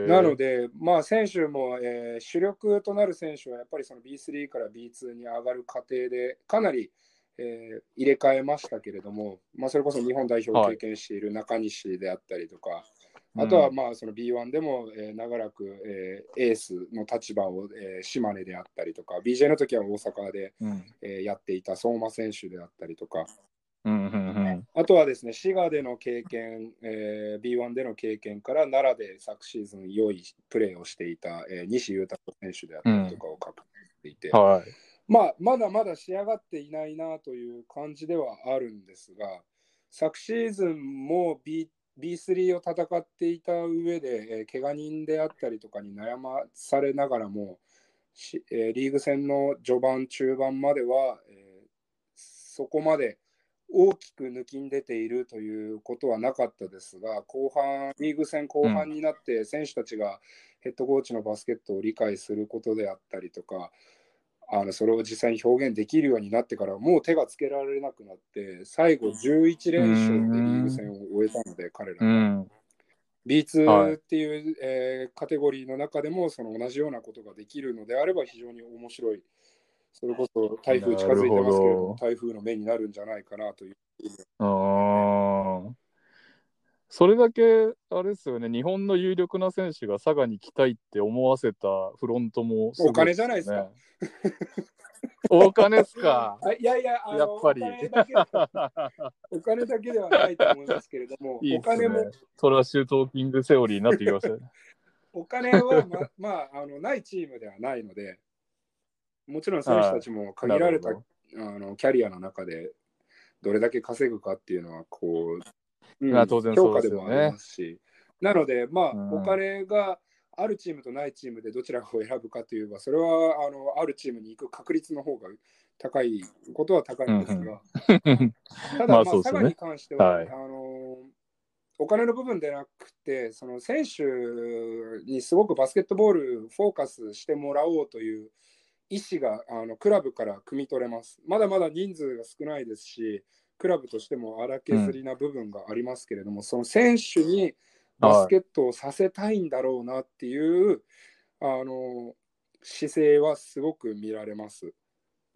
なので、まあ、選手も、えー、主力となる選手はやっぱりその ビースリー から ビーツー に上がる過程でかなり、えー、入れ替えましたけれども、まあ、それこそ日本代表を経験している中西であったりとか、はいあとはまあその ビーワン でも、えー、長らく、えー、エースの立場を、えー、島根であったりとか、ビージェー の時は大阪で、うんえー、やっていた相馬選手であったりとか、うんうんうん、あとはですね、滋賀での経験、えー、ビーワン での経験から奈良で昨シーズン良いプレーをしていた、えー、西裕太選手であったりとかを確認していて、うんはいまあ、まだまだ仕上がっていないなという感じではあるんですが、昨シーズンも Bビースリー を戦っていた上で、えー、怪我人であったりとかに悩まされながらも、えー、リーグ戦の序盤、中盤までは、えー、そこまで大きく抜きん出ているということはなかったですが、後半、リーグ戦後半になって、選手たちがヘッドコーチのバスケットを理解することであったりとか、あのそれを実際に表現できるようになってからもう手がつけられなくなって最後じゅういち連勝でリーグ戦を終えたので彼らが ビーツー っていう、はいえー、カテゴリーの中でもその同じようなことができるのであれば非常に面白い、それこそ台風近づいてますけれども台風の目になるんじゃないかなという。 ああそれだけ、あれですよね、日本の有力な選手が佐賀に来たいって思わせたフロントもすごいですよね。お金じゃないですか。お金っすか。 いやいや、あのやっぱりお金だけお金だけではないと思いますけれども、 いいお金も。 トラッシュトーキングセオリーになってきましたね。 お金はま、まあ、あのないチームではないので、もちろん選手たちも限られた、あのキャリアの中でどれだけ稼ぐかっていうのはこう、うん、評価でもありますし、なので、まあ、うん、お金があるチームとないチームでどちらを選ぶかといえば、それはあのあるチームに行く確率の方が高いことは高いんですが、うん、ただ、まあ、まあね、佐賀に関しては、はい、あのお金の部分でなくて、その選手にすごくバスケットボールフォーカスしてもらおうという意思があのクラブから汲み取れます。まだまだ人数が少ないですし、クラブとしても荒削りな部分がありますけれども、うん、その選手にバスケットをさせたいんだろうなっていう、はい、あの姿勢はすごく見られます。そ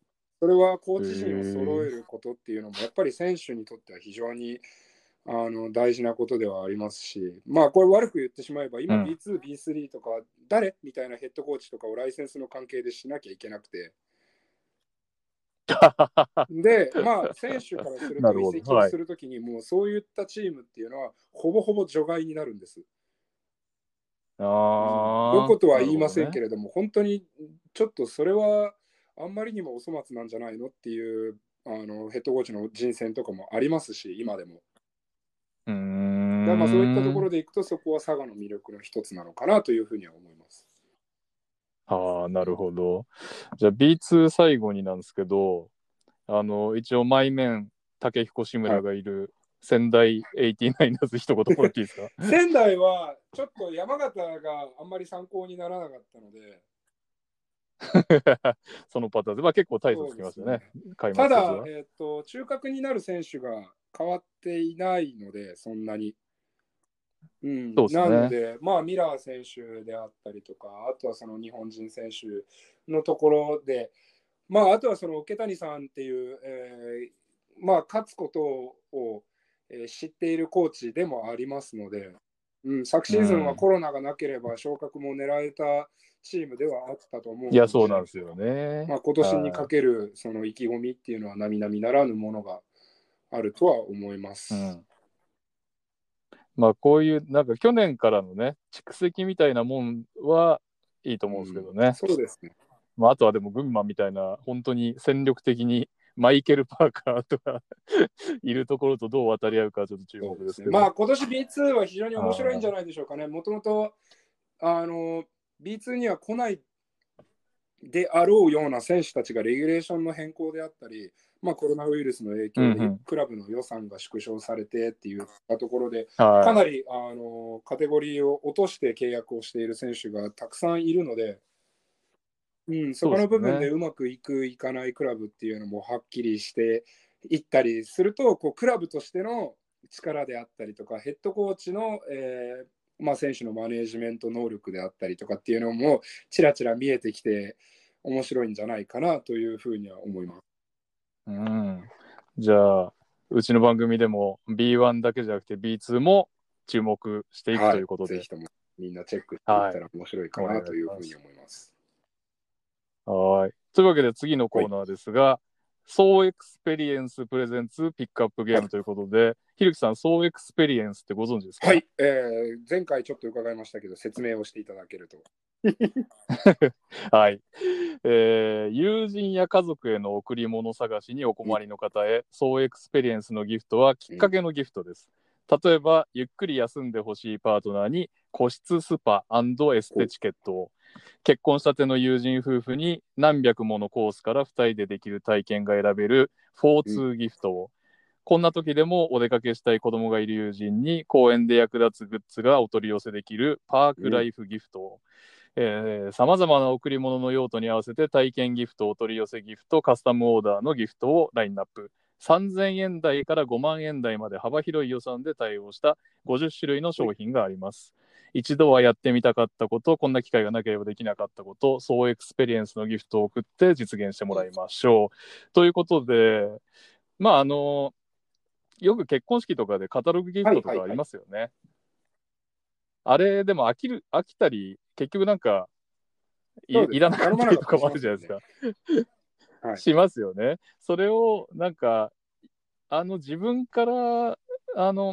それはコーチ陣を揃えることっていうのもやっぱり選手にとっては非常にあの大事なことではありますし、まあこれ悪く言ってしまえば今 ビーツー、ビースリー とか誰みたいなヘッドコーチとかをライセンスの関係でしなきゃいけなくてで、まあ選手からすると移籍をするときにもうそういったチームっていうのはほぼほぼ除外になるんです。 あどことは言いませんけれども、ね、本当にちょっとそれはあんまりにもお粗末なんじゃないのっていうあのヘッドコーチの人選とかもありますし、今でも。 うーんだまあそういったところでいくと、そこは佐賀の魅力の一つなのかなというふうには思います。 ああ、なるほど。じゃあ ビーツー 最後になんですけど、あの一応前面武彦志村がいる仙台エイティナイナーズ一言もらっていいですか？ 仙台はちょっと山形があんまり参考にならなかったのでそのパターンで、まあ、結構大差つきましたね。 ねただ、えーと、中核になる選手が変わっていないので、そんなに。うん、ね、なので、まあ、ミラー選手であったりとか、あとはその日本人選手のところで、まあ、あとはその桶谷さんっていう、えー、まあ、勝つことを、えー、知っているコーチでもありますので、うん、昨シーズンはコロナがなければ昇格も狙えたチームではあったと思うので、 いや、そうなんですよね。 まあ、今年にかけるその意気込みっていうのは並々ならぬものがあるとは思います。うん、 まあ、こういうなんか去年からのね蓄積みたいなもんはいいと思うんですけどね。 うん、そうですね。 まあ、あとはでも群馬みたいな本当に戦力的にマイケル・パーカーとかいるところとどう渡り合うかちょっと注目ですけど、 ね、まあ今年 ビーツー は非常に面白いんじゃないでしょうかね。もともとあの ビーツー には来ないであろうような選手たちがレギュレーションの変更であったり、まあ、コロナウイルスの影響でクラブの予算が縮小されてっていうところで、うんうん、かなりあのカテゴリーを落として契約をしている選手がたくさんいるので、うん、そこの部分でうまくいく、いかないクラブっていうのもはっきりしていったりすると、こうクラブとしての力であったりとか、ヘッドコーチの、えーまあ、選手のマネージメント能力であったりとかっていうのもちらちら見えてきて面白いんじゃないかなというふうには思います。 うん、じゃあうちの番組でも ビーワン だけじゃなくて ビーツー も注目していくということで、 はい、ぜひともみんなチェックしていったら面白いかなというふうに思います。 はい。というわけで次のコーナーですが、ソーエクスペリエンスプレゼンツピックアップゲームということで、はい、ひるきさん、ソーエクスペリエンスってご存知ですか？ はい、えー、前回ちょっと伺いましたけど、説明をしていただけると。 はい、えー。友人や家族への贈り物探しにお困りの方へ、うん、ソーエクスペリエンスのギフトはきっかけのギフトです。うん、例えば、ゆっくり休んでほしいパートナーに個室スパ&エステチケットを。結婚したての友人夫婦に何百ものコースからふたりでできる体験が選べるフォーツーギフトを、うん、こんな時でもお出かけしたい子供がいる友人に公園で役立つグッズがお取り寄せできるパークライフギフトを、さまざまな贈り物の用途に合わせて体験ギフト、お取り寄せギフト、カスタムオーダーのギフトをラインナップ。さんぜんえん台からごまんえん台まで幅広い予算で対応したごじゅっしゅるいの商品があります。一度はやってみたかったこと、こんな機会がなければできなかったこと、ソーエクスペリエンスのギフトを送って実現してもらいましょう。ということで、まああの、よく結婚式とかでカタログギフトとかありますよね。はいはいはい、あれでも飽きる、飽きたり、結局なんか い, いらなかったりとかもあるじゃないですか。はい、しますよね。それをなんか、あの自分からあの、うん、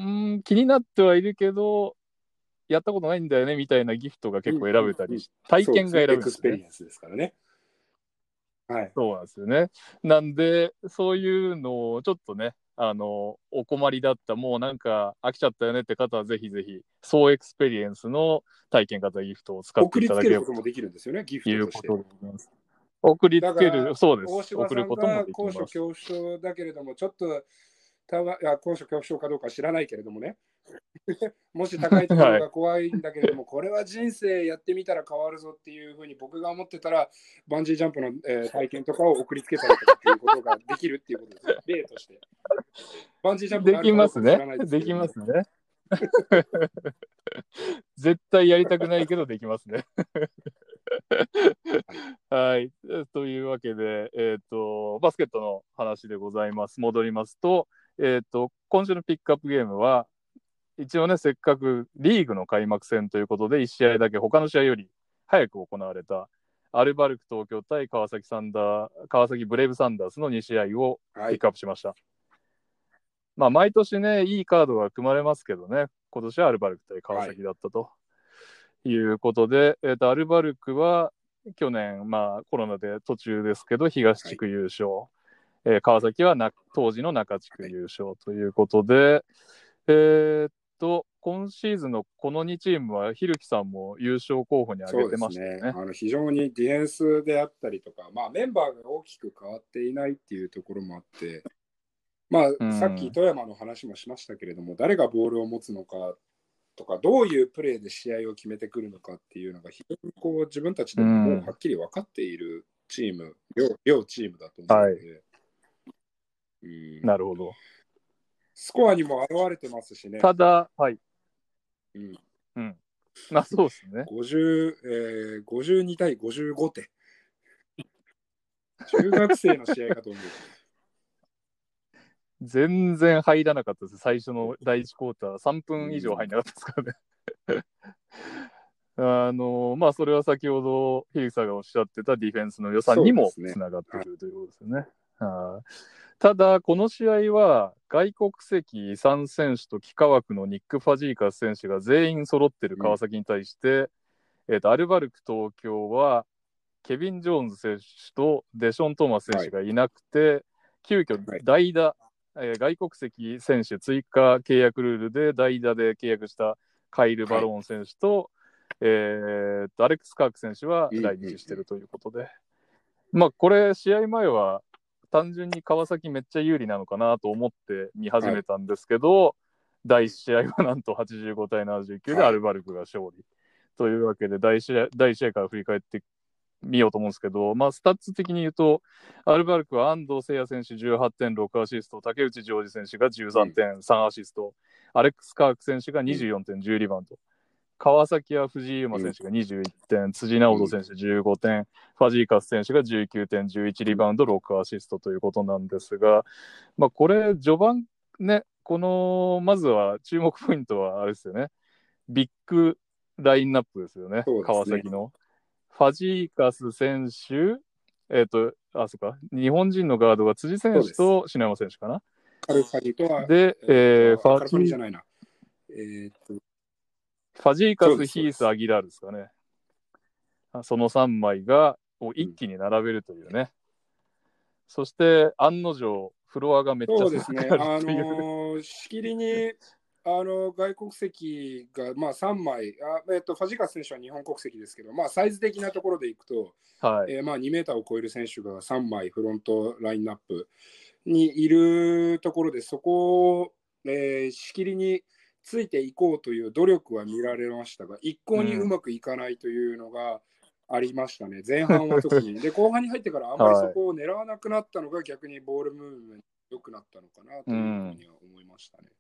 気になってはいるけど、やったことないんだよねみたいなギフトが結構選べたり、うんうんうん、体験が選べるんですね。エクスペリエンスですからね。はい、そうなんですよね。なんでそういうのをちょっとね、あのお困りだった、もうなんか飽きちゃったよねって方はぜひぜひソーエクスペリエンスの体験型ギフトを使っていただければということもできるんですよね、ギフトとして。いうことでございます。送りつける、そうです。 大柴さんが高所恐怖症だけれども、ちょっとたわいや高所恐怖症かどうか知らないけれどもねもし高いところが怖いんだけれども、はい、これは人生やってみたら変わるぞっていうふうに僕が思ってたら、バンジージャンプの、えー、体験とかを送りつけたりとかっていうことができるっていうことです。例として。バンジージャンプがあるかどうか知らないですけど、 できますね。できますね。 絶対やりたくないけどできますね。はい。というわけで、えっ、ー、と、バスケットの話でございます。戻りますと、えっ、ー、と、今週のピックアップゲームは、一応ね、せっかくリーグの開幕戦ということで、いち試合だけ他の試合より早く行われた、アルバルク東京対川崎サンダー、川崎ブレイブサンダースのに試合をピックアップしました。はい、まあ、毎年ね、いいカードが組まれますけどね、今年はアルバルク対川崎だったということで、はい、えーと、アルバルクは去年、まあ、コロナで途中ですけど、東地区優勝。はい、えー、川崎はな当時の中地区優勝ということで、はい、えー、っと、今シーズンのこのにチームは、ひるきさんも優勝候補に挙げてましたよね。 そうですね。あの非常にディフェンスであったりとか、まあ、メンバーが大きく変わっていないっていうところもあって、まあ、うん、さっき富山の話もしましたけれども、誰がボールを持つのかとか、どういうプレーで試合を決めてくるのかっていうのが、非常にこう自分たちでももうはっきり分かっているチーム、うん、両, 両チームだと思うので、はい、 うん、なるほど。 スコアにも表れてますしね。 ただ、はい。 うん。 うん。まあ、そうですね。 ごじゅう、えー、ごじゅうに対ごじゅうごてん。中学生の試合かと思う。 全然入らなかったです。最初の第一クォーター、さんぷん以上入らなかったですからね。あのまあ、それは先ほどヒルさんがおっしゃってたディフェンスの良さにもつながってくるということですよね。はい、ただ、この試合は外国籍さん選手と幾何学のニック・ファジーカス選手が全員揃ってる川崎に対して、うんえー、とアルバルク東京はケビン・ジョーンズ選手とデション・トーマス選手がいなくて、はい、急遽代打、はいえー、外国籍選手追加契約ルールで代打で契約したカイル・バローン選手と、はいえー、とアレックス・カーク選手は来日しているということで、うんうんうん、まあこれ試合前は単純に川崎めっちゃ有利なのかなと思って見始めたんですけど、はい、だいいち試合はなんとはちじゅうごたいななじゅうきゅうでアルバルクが勝利、はい、というわけでだいいち試合、だいいち試合から振り返ってみようと思うんですけど、まあ、スタッツ的に言うとアルバルクは安藤誠也選手じゅうはってんろくアシスト、竹内ジョージ選手がじゅうさんてんさんアシスト、うん、アレックス・カーク選手がにじゅうよんてんじゅうリバウンド、うん、川崎は藤井祐馬選手がにじゅういってん、うん、辻直人選手じゅうごてん、ファジーカス選手がじゅうきゅうてんじゅういちリバウンドろくアシストということなんですが、まあ、これ序盤ね、このまずは注目ポイントはあれですよね、ビッグラインナップですよね、ね川崎のファジーカス選手、えっ、ー、とあそうか日本人のガードが辻選手と篠山選手かな。 カルファニとはで、えー、ファジーじゃないな。えー、とファジーカス、ヒース、アギラールですかね。そのさんまいがを一気に並べるというね。うん、そして案の定フロアがめっちゃ狭くなるっていう。そうですね。あのー、しきりにあの外国籍が、まあ、さんまい、あえっと、ファジーカス選手は日本国籍ですけど、まあ、サイズ的なところでいくと、はいえーまあ、にメーターを超える選手がさんまいフロントラインナップにいるところで、そこを、えー、しきりについていこうという努力は見られましたが、一向にうまくいかないというのがありましたね、うん、前半は特に。で、後半に入ってからあんまりそこを狙わなくなったのが逆にボールムーブメント良くなったのかなというふうには思いましたね。うん、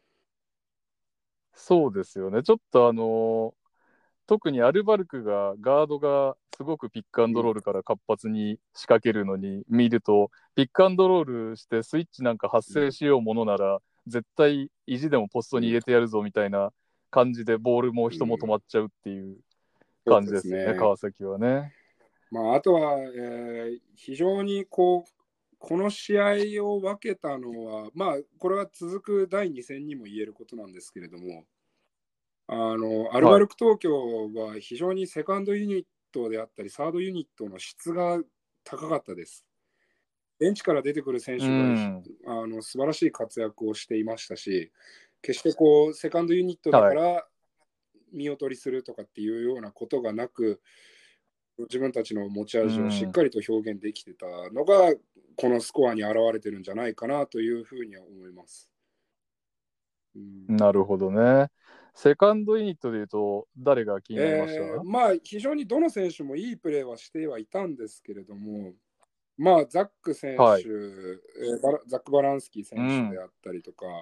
そうですよね。ちょっとあのー、特にアルバルクがガードがすごくピックアンドロールから活発に仕掛けるのに見ると、うん、ピックアンドロールしてスイッチなんか発生しようものなら、うん、絶対意地でもポストに入れてやるぞみたいな感じでボールも人も止まっちゃうっていう感じですよね、うん、川崎はね。 まあ、あとは、えー、非常にこうこの試合を分けたのは、まあ、これは続くだいに戦にも言えることなんですけれども、あのアルバルク東京は非常にセカンドユニットであったり、サードユニットの質が高かったです。ベンチから出てくる選手が、うん、あの素晴らしい活躍をしていましたし、決してこうセカンドユニットだから見劣りするとかっていうようなことがなく、自分たちの持ち味をしっかりと表現できてたのが、うん、このスコアに現れてるんじゃないかなというふうには思います。 うん、なるほどね。セカンドユニットでいうと誰が気になりました？えー、 まあ非常にどの選手もいいプレーはしてはいたんですけれども、まあザック選手、はいえー、ザック・バランスキー選手であったりとか、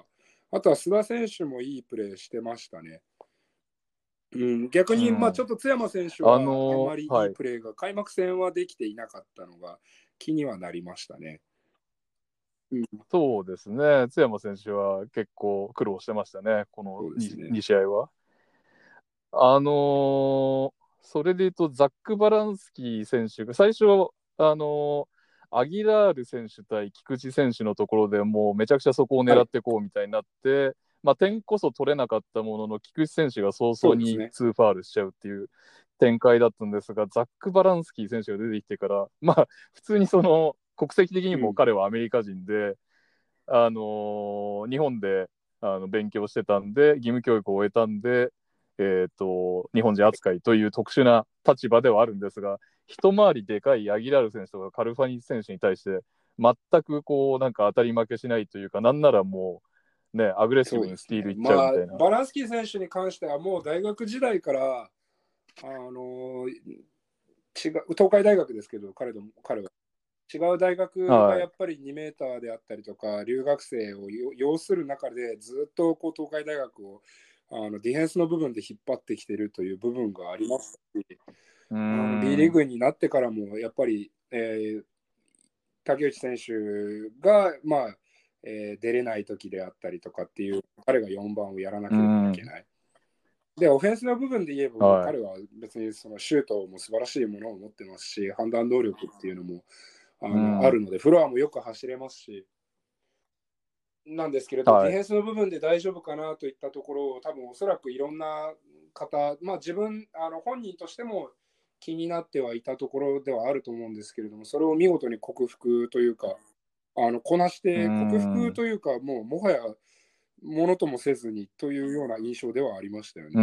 あとは須田選手もいいプレーしてましたね。うん、逆に、まあ、ちょっと津山選手はあまりいいプレーが、開幕戦はできていなかったのが気にはなりましたね。 うん、そうですね、津山選手は結構苦労してましたね、この 2, ね、に試合は。あのー、それでいうと、ザック・バランスキー選手が、最初、あのー、アギラール選手対菊池選手のところでもうめちゃくちゃそこを狙っていこうみたいになって、はい、まあ、点こそ取れなかったものの、菊池選手が早々ににファールしちゃうっていう展開だったんですが、ザック・バランスキー選手が出てきてから、まあ、普通にその国籍的にも彼はアメリカ人で、うん、あのー、日本であの勉強してたんで、義務教育を終えたんで、えーと、日本人扱いという特殊な立場ではあるんですが、一回りでかいアギラール選手とかカルファニ選手に対して全くこうなんか当たり負けしないというか、なんならもうね、アグレッシブにスティールいっちゃうみたいな、 ね、まあ、バランスキー選手に関してはもう大学時代からあの違う東海大学ですけど、彼の彼は違う大学がやっぱりにメーターであったりとか、はい、留学生を要する中でずっとこう東海大学をあのディフェンスの部分で引っ張ってきているという部分がありますし、あの B リーグになってからもやっぱり、えー、竹内選手が、まあえー、出れない時であったりとかっていう、彼がよんばんをやらなければいけない。で、オフェンスの部分で言えば、はい、彼は別にそのシュートも素晴らしいものを持ってますし、判断能力っていうのもあの、あるので、フロアもよく走れますし、なんですけれど、はい、ディフェンスの部分で大丈夫かなといったところを、多分おそらくいろんな方、まあ、自分あの本人としても気になってはいたところではあると思うんですけれども、それを見事に克服というか、あのこなして克服というか、もうもはやものともせずにというような印象ではありましたよね。 うん、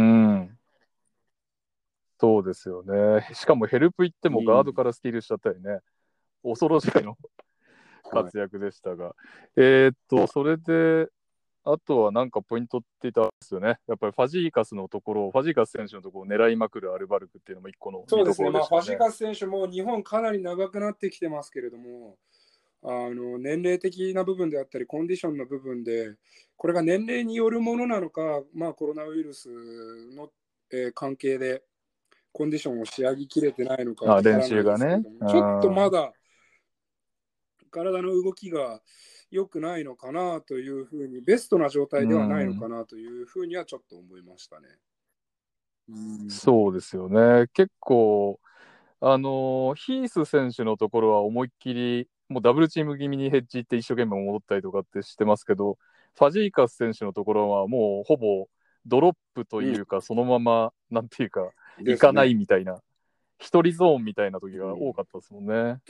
そうですよね。しかもヘルプ行ってもガードからスティールしちゃったりね、うん、恐ろしいの活躍でしたが、はい、えー、っとそれであとはなんかポイントって言ったんですよね。やっぱりファジーカスのところ、ファジーカス選手のところを狙いまくるアルバルクっていうのも一個の見どころでしたね。 そうですね、まあ、ファジーカス選手も日本かなり長くなってきてますけれども、あの年齢的な部分であったり、コンディションの部分で、これが年齢によるものなのか、まあ、コロナウイルスの、えー、関係でコンディションを仕上げきれてないのかわからないですけれども、ね、ちょっとまだ体の動きが良くないのかなというふうに、ベストな状態ではないのかなというふうにはちょっと思いましたね。 うん、そうですよね。結構、あのヒース選手のところは思いっきり、もうダブルチーム気味にヘッジって一生懸命戻ったりとかってしてますけど、ファジーカス選手のところはもうほぼドロップというか、うん、そのまま、なんていうか、いかないみたいな、一人ゾーンみたいな時が多かったですもんね。うん、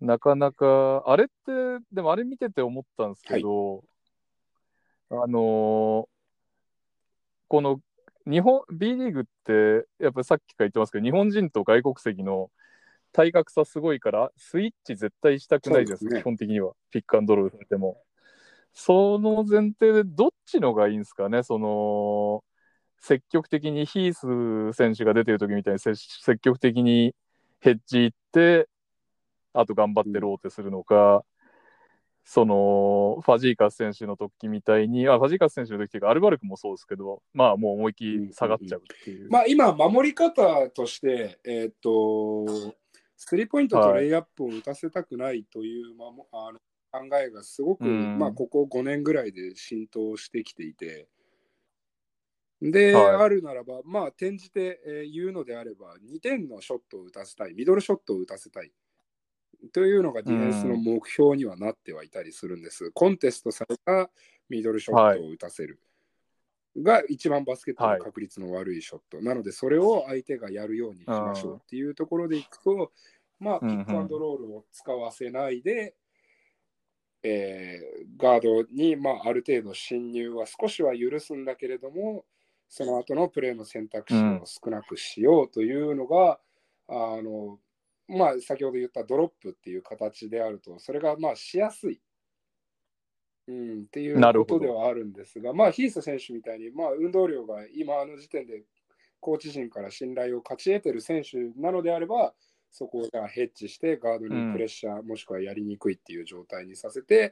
なかなか、あれって、でもあれ見てて思ったんですけど、はい、あのー、この日本 B リーグってやっぱりさっきから言ってますけど、日本人と外国籍の体格差すごいからスイッチ絶対したくないじゃないですか、ね、基本的にはピックアンドロールでも。その前提でどっちのがいいんですかね。その積極的にヒース選手が出てる時みたいに積極的にヘッジ行ってあと頑張ってローテするのか、うん、そのファジーカス選手の時みたいに、あファジーカス選手の時っていうかアルバルクもそうですけど、まあもう思いっきり下がっちゃうっていう。うんうんうん、 まあ今守り方としてえー、っとスリーポイントとレイアップを打たせたくないという、はい、あの考えがすごく、うんまあ、ここごねんぐらいで浸透してきていて、で、はい、あるならば、まあ、転じて、えー、言うのであれば、にてんのショットを打たせたい、ミドルショットを打たせたいというのがディフェンスの目標にはなってはいたりするんです。コンテストされたミドルショットを打たせる。が一番バスケットの確率の悪いショット、はい、なのでそれを相手がやるようにしましょうっていうところでいくと、まあ、ピックアンドロールを使わせないで、うんうんえー、ガードに、まあ、ある程度侵入は少しは許すんだけれども、その後のプレーの選択肢を少なくしようというのが、うん、あのまあ、先ほど言ったドロップっていう形であると、それがまあしやすい。うん、っていうことではあるんですが、まあ、ヒース選手みたいに、まあ、運動量が今の時点でコーチ陣から信頼を勝ち得ている選手なのであれば、そこをじゃあヘッジしてガードにプレッシャー、うん、もしくはやりにくいっていう状態にさせて、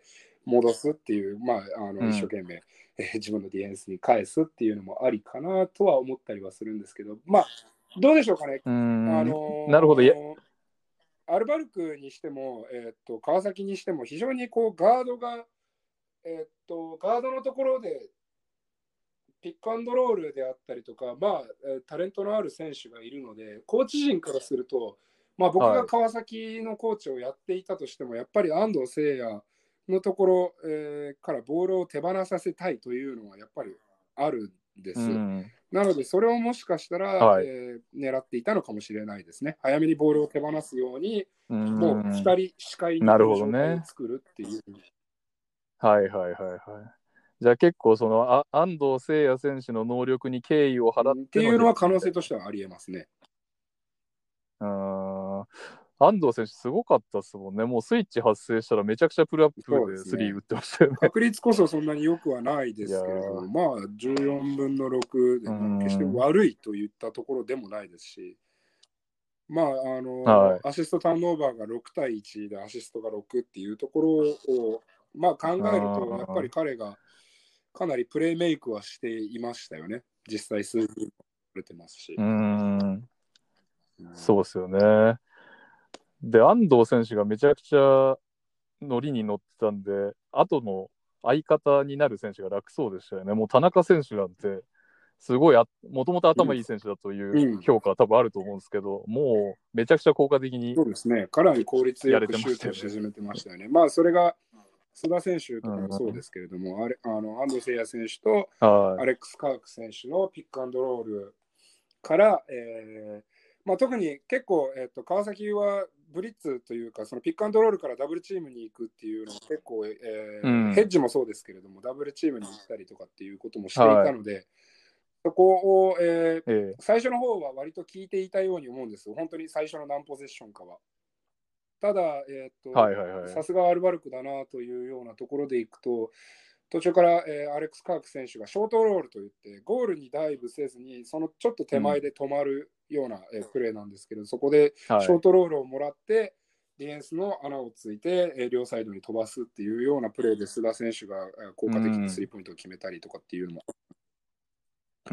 戻すっていう、まあ、あのうん一生懸命、えー自分のディフェンスに返すっていうのもありかなとは思ったりはするんですけど、まあ、どうでしょうかね。 うあん。なるほど。いや、 のーアルバルクにしても、えーっと、川崎にしても、非常にこうガードが、えーっと、ガードのところでピックアンドロールであったりとか、まあ、えータレントのある選手がいるので、コーチ陣からすると、まあ、僕がはい。 川崎のコーチをやっていたとしても、やっぱり安藤誠也のところ、えーからボールを手放させたいというのはやっぱりあるんでうす。 ん。 なので、それをもしかしたら、 はい。 えー狙っていたのかもしれないですね。早めにボールを手放すように、 うもうん。 ふたり視界にいなるる状態をほどね。 作るっていう。 はいはいはいはい。じゃあ結構そのあ安藤誠也選手の能力に敬意を払っっててのいうのは可能ヘッジみたい性としてはありえますね。 な。あー安藤選手すごかったっすもんね。もうスイッチ発生したらめちゃくちゃプルアップそうででスリーすね。 打ってましたよね。 確率こそそんなに良くはないでいやすけれどー、 も、まあじゅうよんぶんのろくで、 うまあ、決してん。 悪いといったところでもないですし、まあ、あのはい。 アシストターンオーバーがろく対いちでアシストがろくっていうところを、まあ、考えると、やっぱりあ彼がかなりプレーメイクはしていましたよね。実際数字も出てますし。 ーうん。 うんそうですよね。で、安藤選手がめちゃくちゃノリに乗ってたんで、後の相方になる選手が楽そうでしたよね。もう田中選手なんて、すごいあ、もともと頭いい選手だといううん、 評価は多分あると思うんですけど、もうめちゃくちゃ効果的にそうですね。かなり効率よやれてくシュートをましたよね。 沈めてましたよね。まあ、それが須田選手とかもそうでうん、 すけれども、あれあの安藤誠也選手とはい。 アレックス・カーク選手のピックアンドロールから、えーまあ、特に結構、えーと、川崎はブリッツというか、そのピックアンドロールからダブルチームに行くっていうのを結構、えーヘッうん。 ジもそうですけれども、ダブルチームに行ったりとかっていうこともしていはい。 たので、そこを、えーええ。 最初の方は割と効いていたように思うんです。本当に最初の何ポゼッションかは。ただ、えーと、 はいはいはい。 さすがアルバルクだなというようなところでいくと、途中から、えーアレックス・カーク選手がショートロールといって、ゴールにダイブせずに、そのちょっと手うん。 前で止まるような、えープレーなんですけど、そこでシはい。 ョートロールをもらって、ディフェンスの穴をついて、えー両サイドに飛ばすっていうようなプレーで、須田選手がえー効う果的にスリん。 ーポイントを決めたりとかっていうのも、 うん。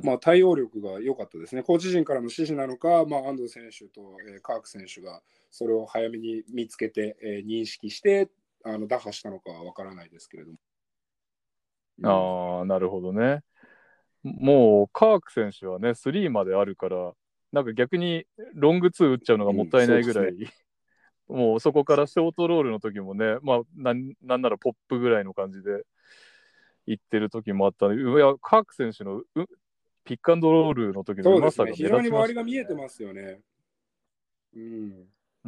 まあ、対応力が良かったですね。コーチ陣からの指示なのか、まあ、安藤選手と、えーカーク選手がそれを早めに見つけて、えー認識してあの打破したのかは分からないですけれども。うん、 ああ、なるほどね。もう、カーク選手はね、スリーまであるから、なんか逆にロングツー打っちゃうのがうん、 もったいそうですね。 ないぐらい、もうそこからショートロールの時もね、まあ、なん、なんならポップぐらいの感じで行ってる時もあったので、いや、カーク選手のうピックアンドロールの時のうそうですね。 まさが目非常に周り立ちましたよが見えてまね。 すよね。うん。 うん。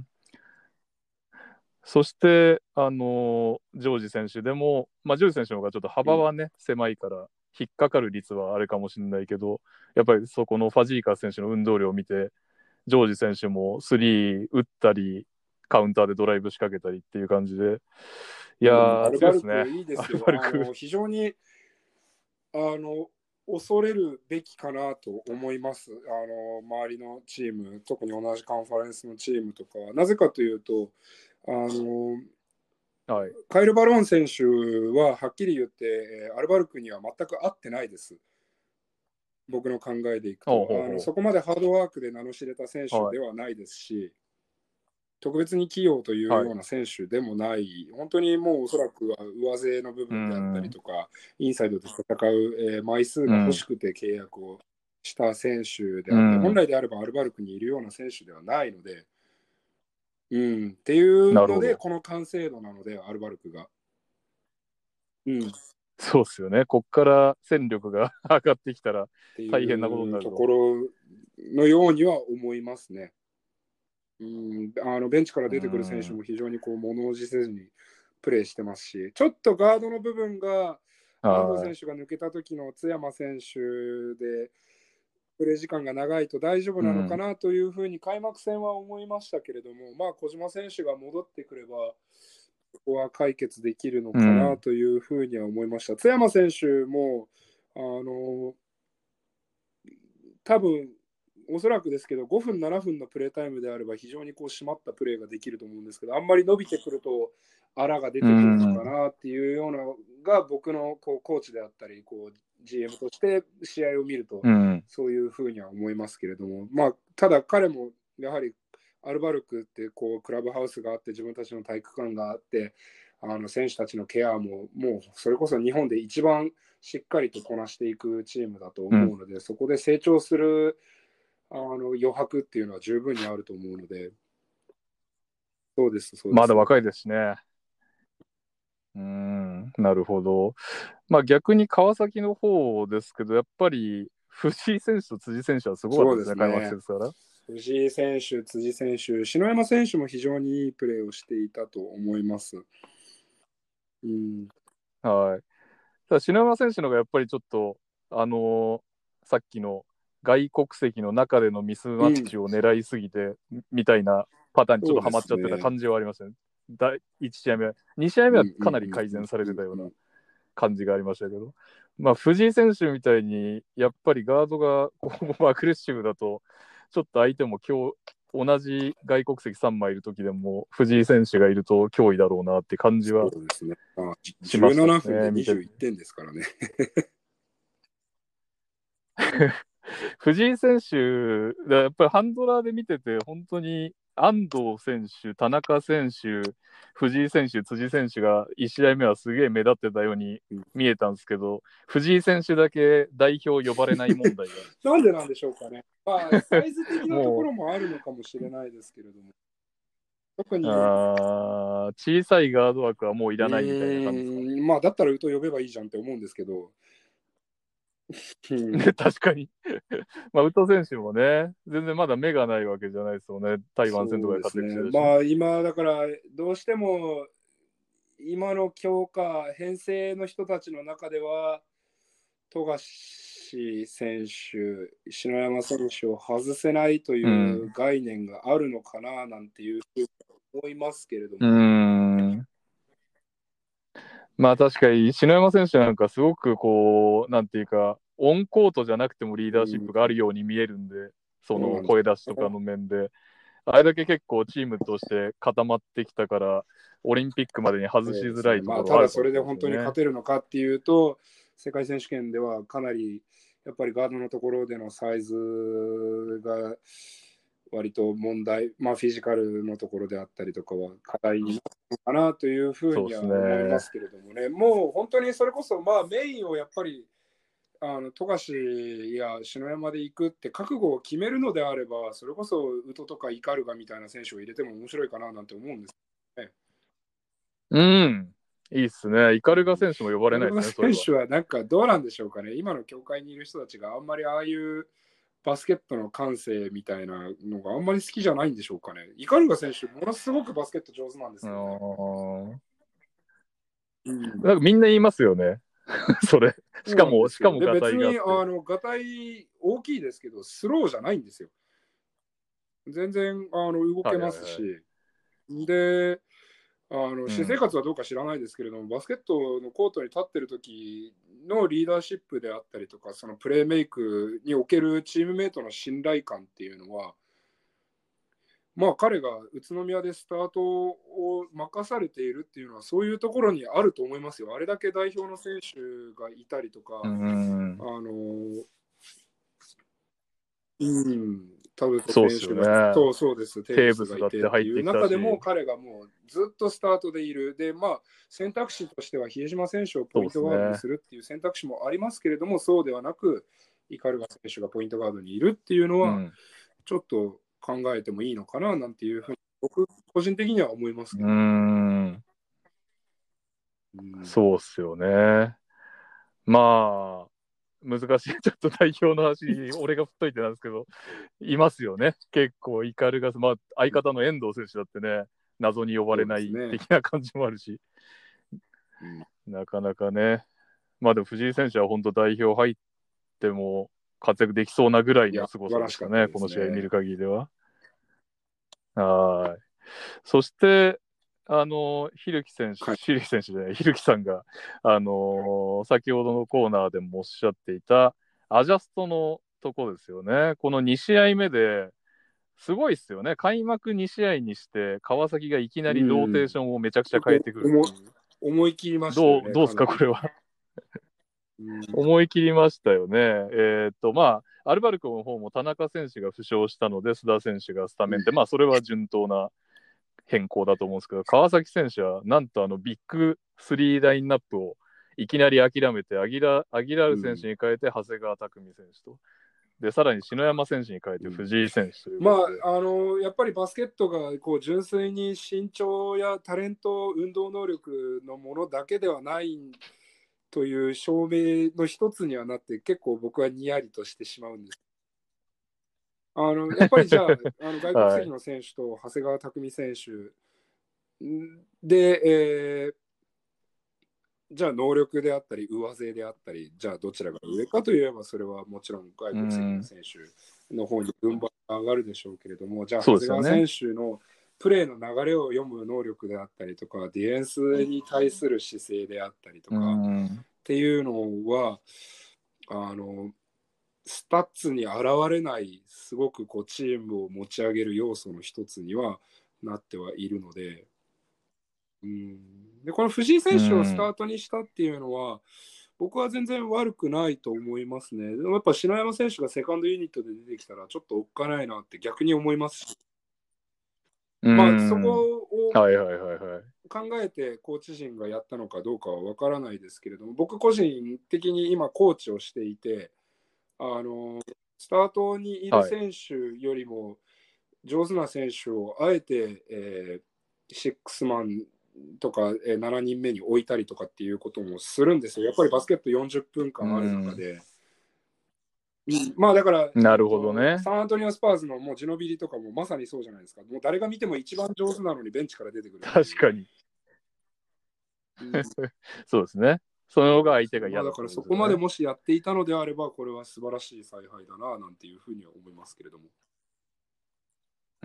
そして、あのージョージ選手でも、まあ、ジョージ選手の方がちょっとうん、 幅はね、狭いから、引っかかる率はあれかもしれないけど、やっぱりそこのファジーカ選手の運動量を見て、ジョージ選手もスリー打ったり、カウンターでドライブ仕掛けたりっていう感じで、いやうん、アー、 ルバル強いですね、 クいいでアすよ。 ルバルク。 あの非常にあの恐れるべきかなと思います。あの周りのチーム、特に同じカンファレンスのチームとかは。なぜかというと、あのはい。 カイル・バローン選手ははっきり言って、アルバルクには全く合ってないです。僕の考えでいくほうと。あのほうほそこまでハードワークで名の知れた選う。 手はい。 ではないですし、特別に器用というはい。 ような選手でもない、本当にもうおそらくは上背の部う分であったりん。 とか、インサイドで戦う、えー枚数が欲しうん。 くて契約をした選手であって、本うん。 来であればアルバルクにいるような選手ではないので、うん、っていうので、 なるほど。 この完成度なので、アルバルクが。うん、っそうっすよね。こっから戦力が上がってきたらて大変なことにいうとこなると。 ろのようには思いますね。うん、あのベンチからう出てくる選手ん。 も非常にこう物おじせずにプレーしてますし、ちょっとガードの部分が安藤はい。 選手が抜けた時の津山選手でプレー時間が長いと大丈夫なのかうん。 なというふうに開幕戦は思いましたけれども、まあ、小島選手が戻ってくれば、ここは解決できるのかなうん。 というふうには思いました。津山選手もあの多分おそらくですけど、ごふん、ななふんのプレータイムであれば、非常にこう締まったプレーができると思うんですけど、あんまり伸びてくると、あらが出てくるのかなっていうようなが、僕のこうコーチであったり、こう ジーエム として試合を見ると、そういうふうには思いますけれども、まあ、ただ彼もやはりアルバルクってこうクラブハウスがあって、自分たちの体育館があって、あの選手たちのケアも、もうそれこそ日本で一番しっかりとこなしていくチームだと思うので、うん、そこで成長するあの余白っていうのは十分にあると思うので、そうです、そうです。 まだ若いですしね。うーん、なるほど。まあ逆に川崎の方ですけど、やっぱり藤井選手と辻選手はすごかったですね、開幕戦ですから。 藤井選手、辻選手、篠山選手も非常にいいプレーをしていたと思います。うん、 はい。ただ篠山選手のがやっぱりちょっと、あのー、さっきの外国籍の中でのミスマッチを狙いすぎて、うん、みたいなパターンにちょっとはまっちゃってた感じはありましたね。だいち試合目、に試合目はかなり改善されてたような感じがありましたけど、まあ、藤井選手みたいにやっぱりガードがこうアグレッシブだとちょっと相手も今日同じ外国籍さんまいいる時でも藤井選手がいると脅威だろうなって感じはしましたね。 じゅうななふんでにじゅういってんですからね。 藤井選手やっぱりハンドラーで見てて本当に安藤選手、田中選手、藤井選手、辻選手がいち試合目はすげえ目立ってたように見えたんですけど、藤井選手だけ代表呼ばれない問題がなんでなんでしょうかね。まあ、サイズ的なところもあるのかもしれないですけれども。 特にあ小さいガード枠はもういらないみたいな感じですかね。 まあ、だったら宇都呼べばいいじゃんって思うんですけど。 確かに。まあ、宇都選手もね、全然まだ目がないわけじゃないですよね。台湾戦とかで活躍してるし、 ね。まあ、今、だから、どうしても、今の強化、編成の人たちの中では、富樫選手、篠山選手を外せないという概念があるのかななんていうふうに思いますけれども。 うん。まあ確かに篠山選手なんかすごくこうなんていうかオンコートじゃなくてもリーダーシップがあるように見えるんで、うん、その声出しとかの面であれだけ結構チームとして固まってきたからオリンピックまでに外しづらいところはある、ね。まあ、 ただそれで本当に勝てるのかっていうと世界選手権ではかなりやっぱりガードのところでのサイズが割と問題、まあ、フィジカルのところであったりとかは課題になるのかなというふうには思いますけれどもね、もう本当にそれこそまあメインをやっぱりあの富樫や篠山で行くって覚悟を決めるのであれば、それこそ宇都とかイカルガみたいな選手を入れても面白いかななんて思うんですね。 うん、いいっすね。イカルガ選手も呼ばれないですね。選手はなんかどうなんでしょうかね。今の協会にいる人たちがあんまりああいうバスケットの感性みたいなのがあんまり好きじゃないんでしょうかね。イカルガ選手、ものすごくバスケット上手なんですよね。 うん、なんかみんな言いますよね。それ。しかも、しかもガタイが。別にあのガタイ大きいですけど、スローじゃないんですよ。全然あの動けますし。はいはいはい、で、あの私生活はどうか知らないですけれども、うん、バスケットのコートに立ってる時のリーダーシップであったりとか、そのプレーメイクにおけるチームメイトの信頼感っていうのは、まあ彼が宇都宮でスタートを任されているっていうのはそういうところにあると思いますよ。あれだけ代表の選手がいたりとか、うん、あの、うん、田臥選手が、そうそうです、テーブスがいてっていう中でも彼がもうずっとスタートでいる。で、まあ選択肢としては比江島選手をポイントガードにするっていう選択肢もありますけれども、そうではなく、イカルガ選手がポイントガードにいるっていうのは、ちょっと考えてもいいのかななんていうふうに僕個人的には思いますけど、ね、うんそうっすよね。まあ難しいちょっと代表の話に俺が振っといてなんですけどいますよね結構イカルガス、まあ、相方の遠藤選手だってね謎に呼ばれない的な感じもあるし、ね、なかなかねまあでも藤井選手は本当代表入っても活躍できそうなぐらいのすごさでしたね、この試合見る限りでは。はい。そして、あの、ひるき選手、ひるき選手じゃない、ひるきさんが、あのー、先ほどのコーナーでもおっしゃっていた、アジャストのとこですよね。このに試合目ですごいっすよね。開幕に試合にして川崎がいきなりローテーションをめちゃくちゃ変えてくるっていう。 思い切りましたよね。 どうどうですかこれは。思い切りましたよね。えー、っとまあアルバルクの方も田中選手が負傷したので須田選手がスタメンで、うん、まあそれは順当な変更だと思うんですけど、川崎選手はなんとあのビッグスリーラインナップをいきなり諦めてアギラアギラール選手に変えて長谷川拓実選手と、でさらに篠山選手に変えて藤井選手という、 うん、まああのやっぱりバスケットがこう純粋に身長やタレント運動能力のものだけではないという証明の一つにはなって、結構僕はにやりとしてしまうんです。あのやっぱりじゃあ、あの外国籍の選手と長谷川拓実選手で、えー、じゃあ能力であったり上背であったり、じゃあどちらが上かといえばそれはもちろん外国籍の選手の方に分番が上がるでしょうけれども、じゃあ長谷川選手のプレーの流れを読む能力であったりとか、ディフェンスに対する姿勢であったりとかっていうのはあのスタッツに現れないすごくこうチームを持ち上げる要素の一つにはなってはいるので、うんでこの藤井選手をスタートにしたっていうのは僕は全然悪くないと思いますね。でもやっぱ篠山選手がセカンドユニットで出てきたらちょっとおっかないなって逆に思いますし、まあそこを考えてコーチ陣がやったのかどうかは分からないですけれども、僕個人的に今コーチをしていて、あのスタートにいる選手よりも上手な選手をあえて、えー、シックスマンとか、えー、しちにんめに置いたりとかっていうこともするんですよ。やっぱりバスケットよんじゅっぷんかんある中で、うん、まあだからなるほどね、 サンアントニオスパーズのもうジノビリとかもまさにそうじゃないですか。もう誰が見ても一番上手なのにベンチから出てくる。 確かに、うん、そうですね。その方が相手が嫌だ、 まあ、だからそこまでもしやっていたのであればこれは素晴らしい采配だななんていうふうには思いますけれども。 うん、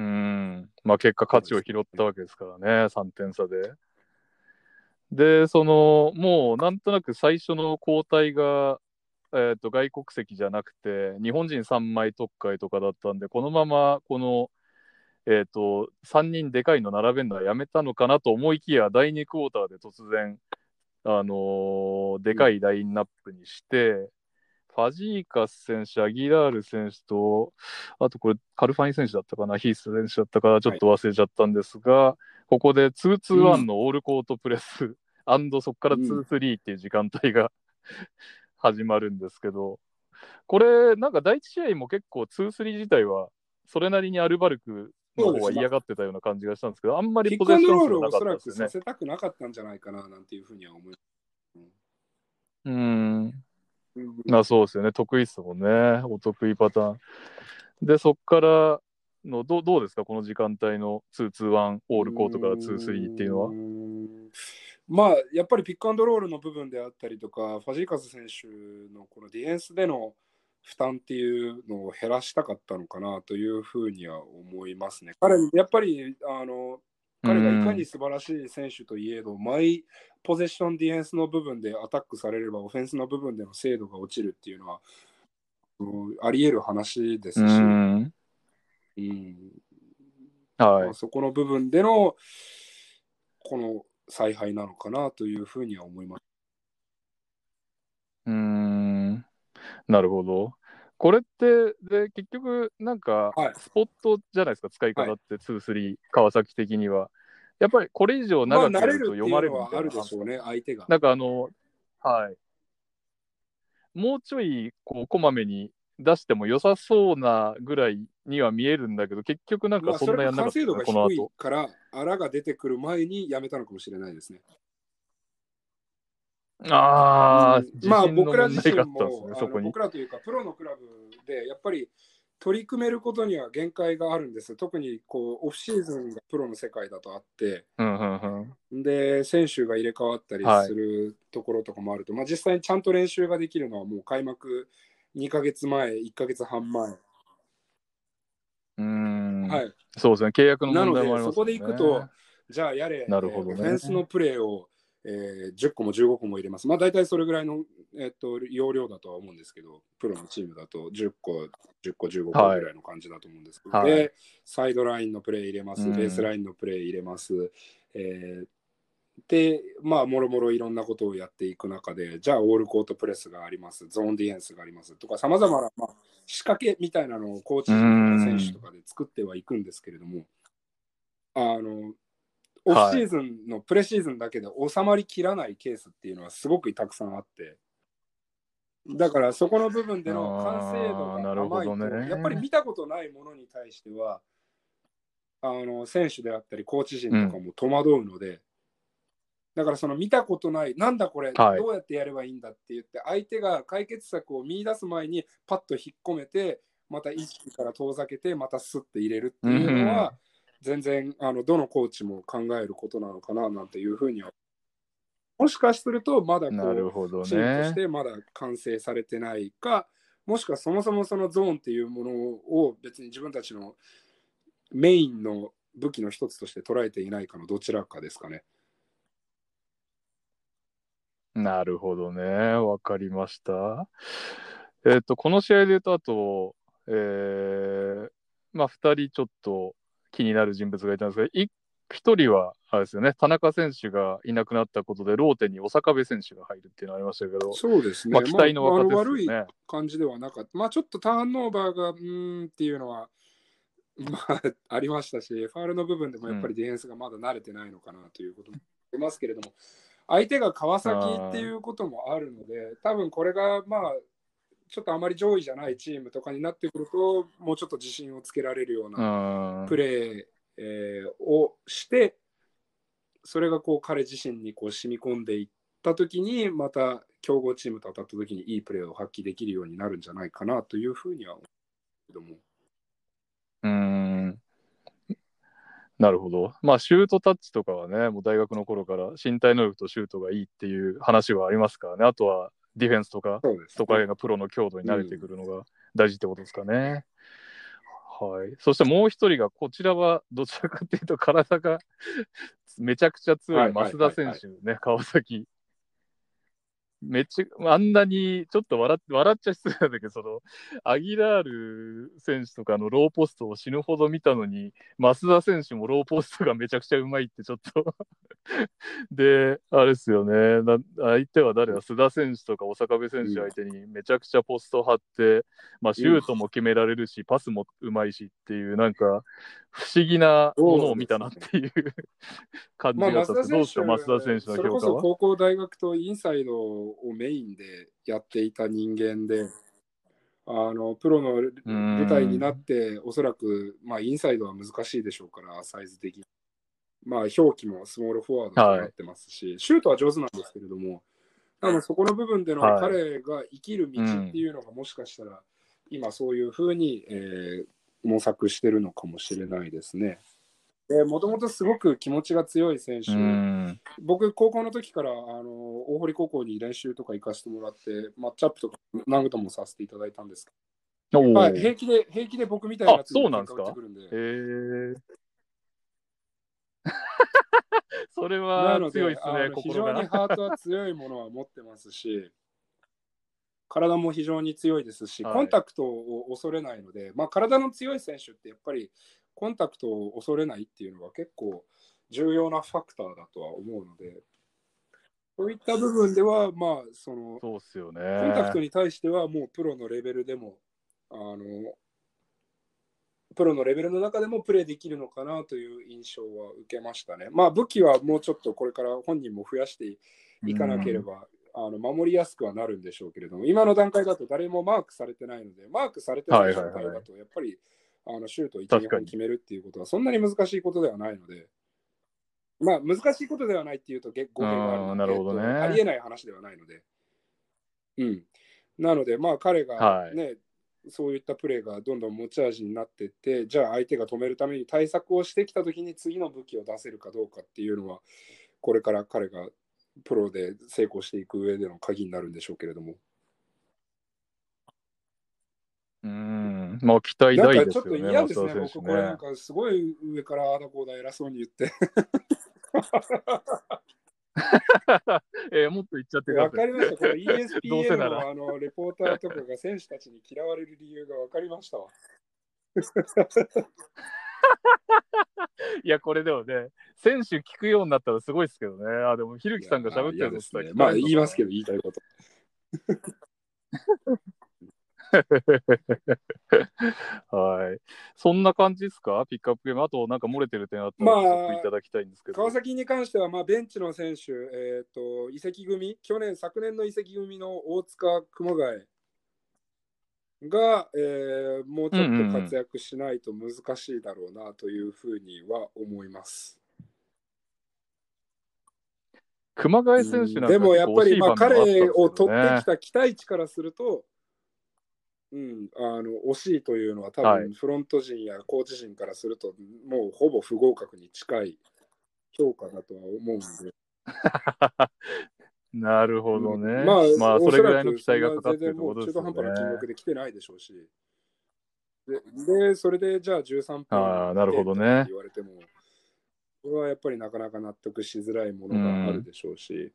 まあ結果勝ちを拾ったわけですからね、さんてん差で。で、そのもうなんとなく最初の交代が、えーと、外国籍じゃなくて日本人さんまい特会とかだったんで、このままこの、えーと、さんにんでかいの並べるのはやめたのかなと思いきや、だいにクォーターで突然、あのー、でかいラインナップにして、うん、ファジーカス選手、アギラール選手と、あとこれ、カルファニ選手だったかな、ヒース選手だったか、ちょっと忘れちゃったんですが、はい、ここで ツーツーワン のオールコートプレス、うん、アンドそこから ツースリー っていう時間帯が始まるんですけど、これ、なんか第一試合も結構 ツースリー 自体は、それなりにアルバルクの方は嫌がってたような感じがしたんですけど、あんまりポゼッション数はなかったですよね。 ピックアンドロールをおそらくさせたくなかったんじゃないかななんていうふうには思います。 うん。まあそうですよね、得意っすもんね、お得意パターン。で、そっからのど、どうですか、この時間帯の ツーツーワン オールコートから ツースリー っていうのは。 まあ、やっぱりピックアンドロールの部分であったりとか、ファジーカス選手のこのディフェンスでの負担っていうのを減らしたかったのかなというふうには思いますね。彼、やっぱりあの彼がいかに素晴らしい選手といえど、マイポゼッションディフェンスの部分でアタックされればオフェンスの部分での精度が落ちるっていうのは、うん、あり得る話ですし、うんうんはいまあ、そこの部分でのこの采配なのかなというふうには思います。 うーん、なるほど。これってで結局なんかスポットじゃないですか、はい、使い方って ツースリー 川崎的には。やっぱりこれ以上長くやると読まれるみたいな、まあ、 あるでしょうね、相手が。 なんかあの、はい。もうちょいこうこまめに出しても良さそうなぐらいには見えるんだけど、結局なんかそんなやんなかったですね、 まあ、それが完成度が低いからあらが出てくる前にやめたのかもしれないですね。 ああ、うん、 まあ僕ら自身も、ね、あの僕らというかプロのクラブでやっぱり取り組めることには限界があるんです。特にこうオフシーズンがプロの世界だとあって、 うんうんうん、 で選手が入れ替わったりするところとかもあると、はい、まあ、実際にちゃんと練習ができるのはもう開幕にかげつまえ、いっかげつはんまえ。 うーん、はい、そうですね、契約の問題もありますね。 なのでそこでいくと、じゃあやれ、 なるほどね、 オフェンスのプレーをえー、じゅっこもじゅうごこも入れます。まあ大体それぐらいの、えー、と容量だとは思うんですけど、プロのチームだとじゅっこ、じゅっこ、じゅうごこぐらいの感じだと思うんですけど、はい、で、サイドラインのプレー入れます、ベースラインのプレー入れます。えーで、まあ、もろもろいろんなことをやっていく中で、じゃあ、オールコートプレスがあります、ゾーンディフェンスがありますとか、さまざまな、まあ、仕掛けみたいなのをコーチ陣とか選手とかで作ってはいくんですけれども、あの、オフシーズンのプレシーズンだけで収まりきらないケースっていうのはすごくたくさんあって、だからそこの部分での完成度が甘いと、ね、やっぱり見たことないものに対しては、あの選手であったりコーチ陣とかも戸惑うので、うん、だからその見たことない、なんだこれ、はい、どうやってやればいいんだって言って、相手が解決策を見出す前にパッと引っ込めて、また意識から遠ざけて、またスッて入れるっていうのは、全然あのどのコーチも考えることなのかななんていうふうには、もしかするとまだこう、なるほどね、チームとしてまだ完成されてないか、もしくはそもそもそのゾーンっていうものを別に自分たちのメインの武器の一つとして捉えていないかのどちらかですかね。 なるほどね。わかりました。えっと、この試合で言うと、あと、えー、まあ、ふたりちょっと気になる人物がいたんですが、ひとりは、あれですよね、田中選手がいなくなったことで、ローテに長壁選手が入るっていうのがありましたけど、 そうですね、 まあ、期待の若手ですよね。 まあ、悪い感じではなかった。まあ、ちょっとターンオーバーが、うーんっていうのは、まあ、ありましたし、ファウルの部分でもやっぱりディフェンスがまだ慣れてないのかなということもありますけれども、相手が川崎っていうこともあるので、多分これがまあちょっとあまり上位じゃないチームとかになってくると、もうちょっと自信をつけられるようなプレー、えー、をして、それがこう彼自身にこう染み込んでいったときに、また強豪チームと当たったときにいいプレーを発揮できるようになるんじゃないかなというふうには思うけども。 うーんなるほど。まあ、シュートタッチとかはね、もう大学の頃から身体能力とシュートがいいっていう話はありますからね。あとはディフェンスとか、そこら辺がプロの強度に慣れてくるのが大事ってことですかね。うん、はい。そしてもう一人が、こちらはどちらかというと体がめちゃくちゃ強い増田選手ね、川崎。めっちゃ、あんなにちょっと笑っ笑っちゃ失礼なんだけど、そのアギラール選手とかのローポストを死ぬほど見たのに、増田選手もローポストがめちゃくちゃうまいってちょっとで、あれですよね、な相手は誰だ、須田選手とか長壁選手相手にめちゃくちゃポスト張って、まあ、シュートも決められるし、パスもうまいしっていう、なんか不思議なものを見たなっていう感じがしたんですけど、どうですか、増田選手の評価は。 それこそ高校、大学とインサイドをメインでやっていた人間で、あのプロの舞台になって、おそらく、まあ、インサイドは難しいでしょうから、サイズ的に。まあ、表記もスモールフォワードとなってますし、はい、シュートは上手なんですけれども、多分そこの部分での彼が生きる道っていうのが、もしかしたら、今そういうふうに、えー、模索してるのかもしれないですね。もともとすごく気持ちが強い選手、僕、高校の時からあの大堀高校に練習とか行かせてもらって、マッチアップとか何度もさせていただいたんですけど、はい、平気で、平気で僕みたいなやつに結果打ってくるんで。へそれは強いですね、 非常にハートは強いものは持ってますし、体も非常に強いですし、コンタクトを恐れないので、はい、まあ、体の強い選手ってやっぱりコンタクトを恐れないっていうのは結構重要なファクターだとは思うので、そういった部分では、まあ、その、 そうっすよね。 コンタクトに対してはもうプロのレベルでも、あの、プロのレベルの中でもプレーできるのかなという印象は受けましたね。まあ、武器はもうちょっとこれから本人も増やしていかなければ、あの守りやすくはなるんでしょうけれども、今の段階だと誰もマークされてないので、マークされてない状態だと、やっぱりあのシュートいち、にほん決めるっていうことはそんなに難しいことではないので、まあ、難しいことではないっていうと語弊があるので、 なるほどね、 ありえない話ではないので、うん、なので、まあ、彼がね、はい、そういったプレーがどんどん持ち味になっていって、じゃあ相手が止めるために対策をしてきたときに次の武器を出せるかどうかっていうのは、これから彼がプロで成功していく上での鍵になるんでしょうけれども。 うん、まあ期待大ですよね。 なんかちょっと嫌ですね、僕、これなんかすごい上からあだこうだ偉そうに言って。 えー、もっと言っちゃってください。 わかりました。この イーエスピーエヌ のあのレポーターとかが選手たちに嫌われる理由がわかりましたわ。 いや、これでもね、選手聞くようになったらすごいですけどね。あ、でも、ひるきさんが喋ってるのですね。まあ、言いますけど、言いたいこと。 はい。そんな感じですか、ピックアップゲーム。あと、なんか漏れてる点あったら、まあ、いただきたいんですけど。 川崎に関しては、まあ、ベンチの選手、えっ、ー、と、移籍組、去年、昨年の移籍組の大塚、熊谷が、えー、もうちょっと活躍しないと難しいだろうなというふうには思います。 熊谷選手なんかでもやっぱり、まあ、彼を取ってきた期待値からすると、うん、あの惜しいというのは多分フロント陣やコーチ陣からすると、もうほぼ不合格に近い評価だとは思うんで。 なるほどね。うん、 まあ、 まあ、それぐらいの期待がかかってるってことですよね。 中途半端な金額で来てないでしょうし。で、でそれでじゃあじゅうさんぷんなるほどね。 言われても、これはやっぱりなかなか納得しづらいものがあるでしょうし。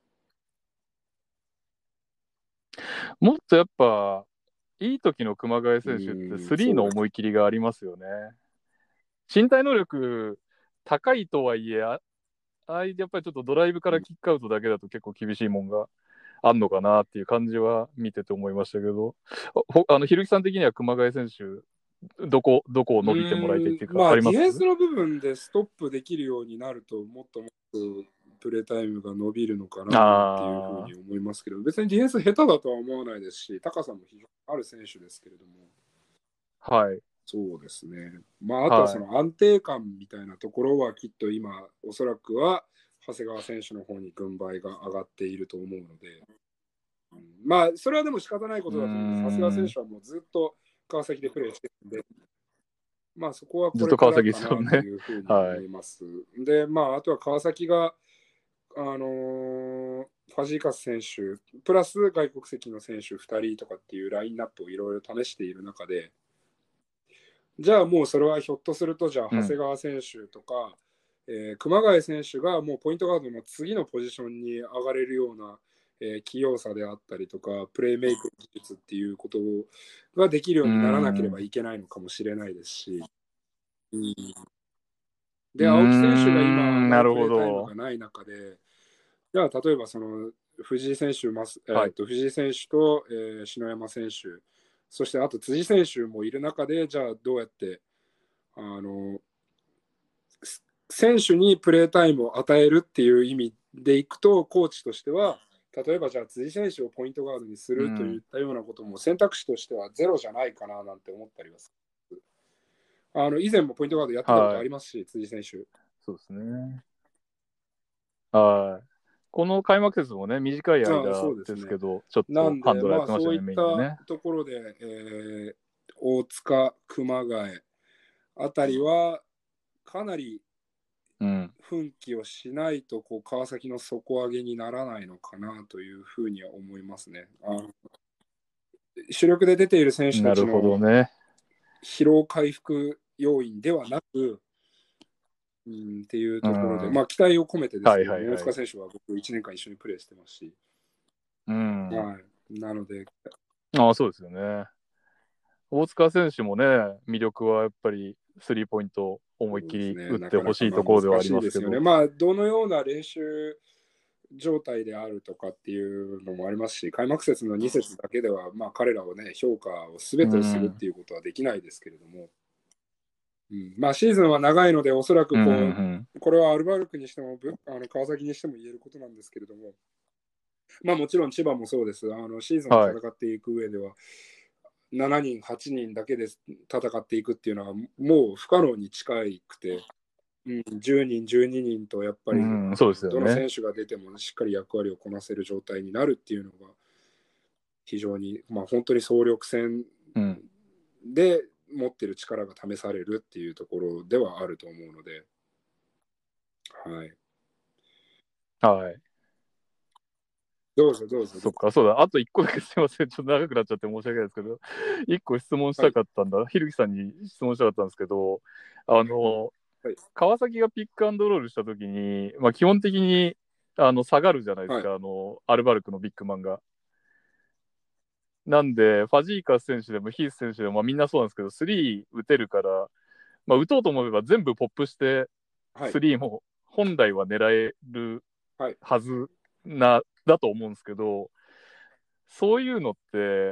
うん、もっとやっぱ、いい時の熊谷選手ってスリーの思い切りがありますよね。身体能力高いとはいえ、ああやっぱりちょっとドライブからキックアウトだけだと結構厳しいもんがあんのかなっていう感じは見てて思いましたけど、あのひるきさん的には熊谷選手どこどこを伸びてもらいたいっていうか、 まあ、ディフェンスの部分でストップできるようになると、もっともっとプレータイムが伸びるのかなっていうふうに思いますけど、別にディフェンス下手だとは思わないですし、高さも非常にある選手ですけれども。 はい。 そうですね。まあ、あとはその安定感みたいなところは、きっと今、おそらくは長谷川選手の方に軍配が上がっていると思うので、うん、まあ、それはでも仕方ないことだと思います。長谷川選手はもうずっと川崎でプレーしてるんで、まあ、そこはこれからかなというふうに思います。ね、で、まあ、あとは川崎が、あのー、ファジーカス選手、プラス外国籍の選手ふたりとかっていうラインナップをいろいろ試している中で、じゃあもうそれはひょっとすると、じゃあ長谷川選手とか、うん、えー、熊谷選手がもうポイントガードの次のポジションに上がれるような、えー、器用さであったりとか、プレーメイク技術っていうことができるようにならなければいけないのかもしれないですし。うん、で、青木選手が今、なるほど、プレータイムがない中で、じゃあ例えばその藤井選手、えーと、藤井選手と、えー、篠山選手、そしてあと辻選手もいる中で、じゃあどうやってあの選手にプレータイムを与えるっていう意味でいくと、コーチとしては、例えばじゃあ辻選手をポイントガードにするといったようなことも選択肢としてはゼロじゃないかななんて思ったりはする。あの以前もポイントガードやってたことありますし、はい、辻選手。 そうですね。はい。この開幕節もね、短い間ですけど、ね、ちょっとハンドラーやってましたね、 メインでね。そういったところで、えー、大塚、熊谷あたりは、かなり奮起をしないと、こう川崎の底上げにならないのかなというふうには思いますね。あの主力で出ている選手たちの疲労回復要因ではなく、うん、っていうところで、まあ期待を込めてですけど、大塚選手は僕いちねんかん一緒にプレーしてますし、うん、はい、なので。 ああ、そうですよね。大塚選手もね、魅力はやっぱりスリーポイント思いっきり打ってほしいところではありますけど、 ね、まあどのような練習状態であるとかっていうのもありますし、開幕節のに節だけでは、まあ、彼らをね、評価を全てするっていうことはできないですけれども、うん、まあ、シーズンは長いので、おそらくこう、うんうんうん、これはアルバルクにしても、あの川崎にしても言えることなんですけれども、まあ、もちろん千葉もそうです。あのシーズンを戦っていく上では、はい、しちにん、はちにんだけで戦っていくっていうのは、もう不可能に近くて、うん、じゅうにん、じゅうににんとやっぱり、うんね、どの選手が出てもしっかり役割をこなせる状態になるっていうのが非常に、まあ、本当に総力戦で持ってる力が試されるっていうところではあると思うので、はい。 はい。 どうぞどうぞ。 そっか、そうだ。あといっこだけすいません。ちょっと長くなっちゃって申し訳ないですけど、いっこ質問したかったんだ。はい、ひるきさんに質問したかったんですけど、あの、はい、川崎がピックアンドロールしたときに、まあ、基本的にあの下がるじゃないですか、 はい、 あのアルバルクのビッグマンが。なんで、ファジーカス選手でもヒース選手でも、まあ、みんなそうなんですけど、スリー打てるから、まあ、打とうと思えば全部ポップして、 はい、 スリーも本来は狙えるはい。 はずな、だと思うんですけど、そういうのって、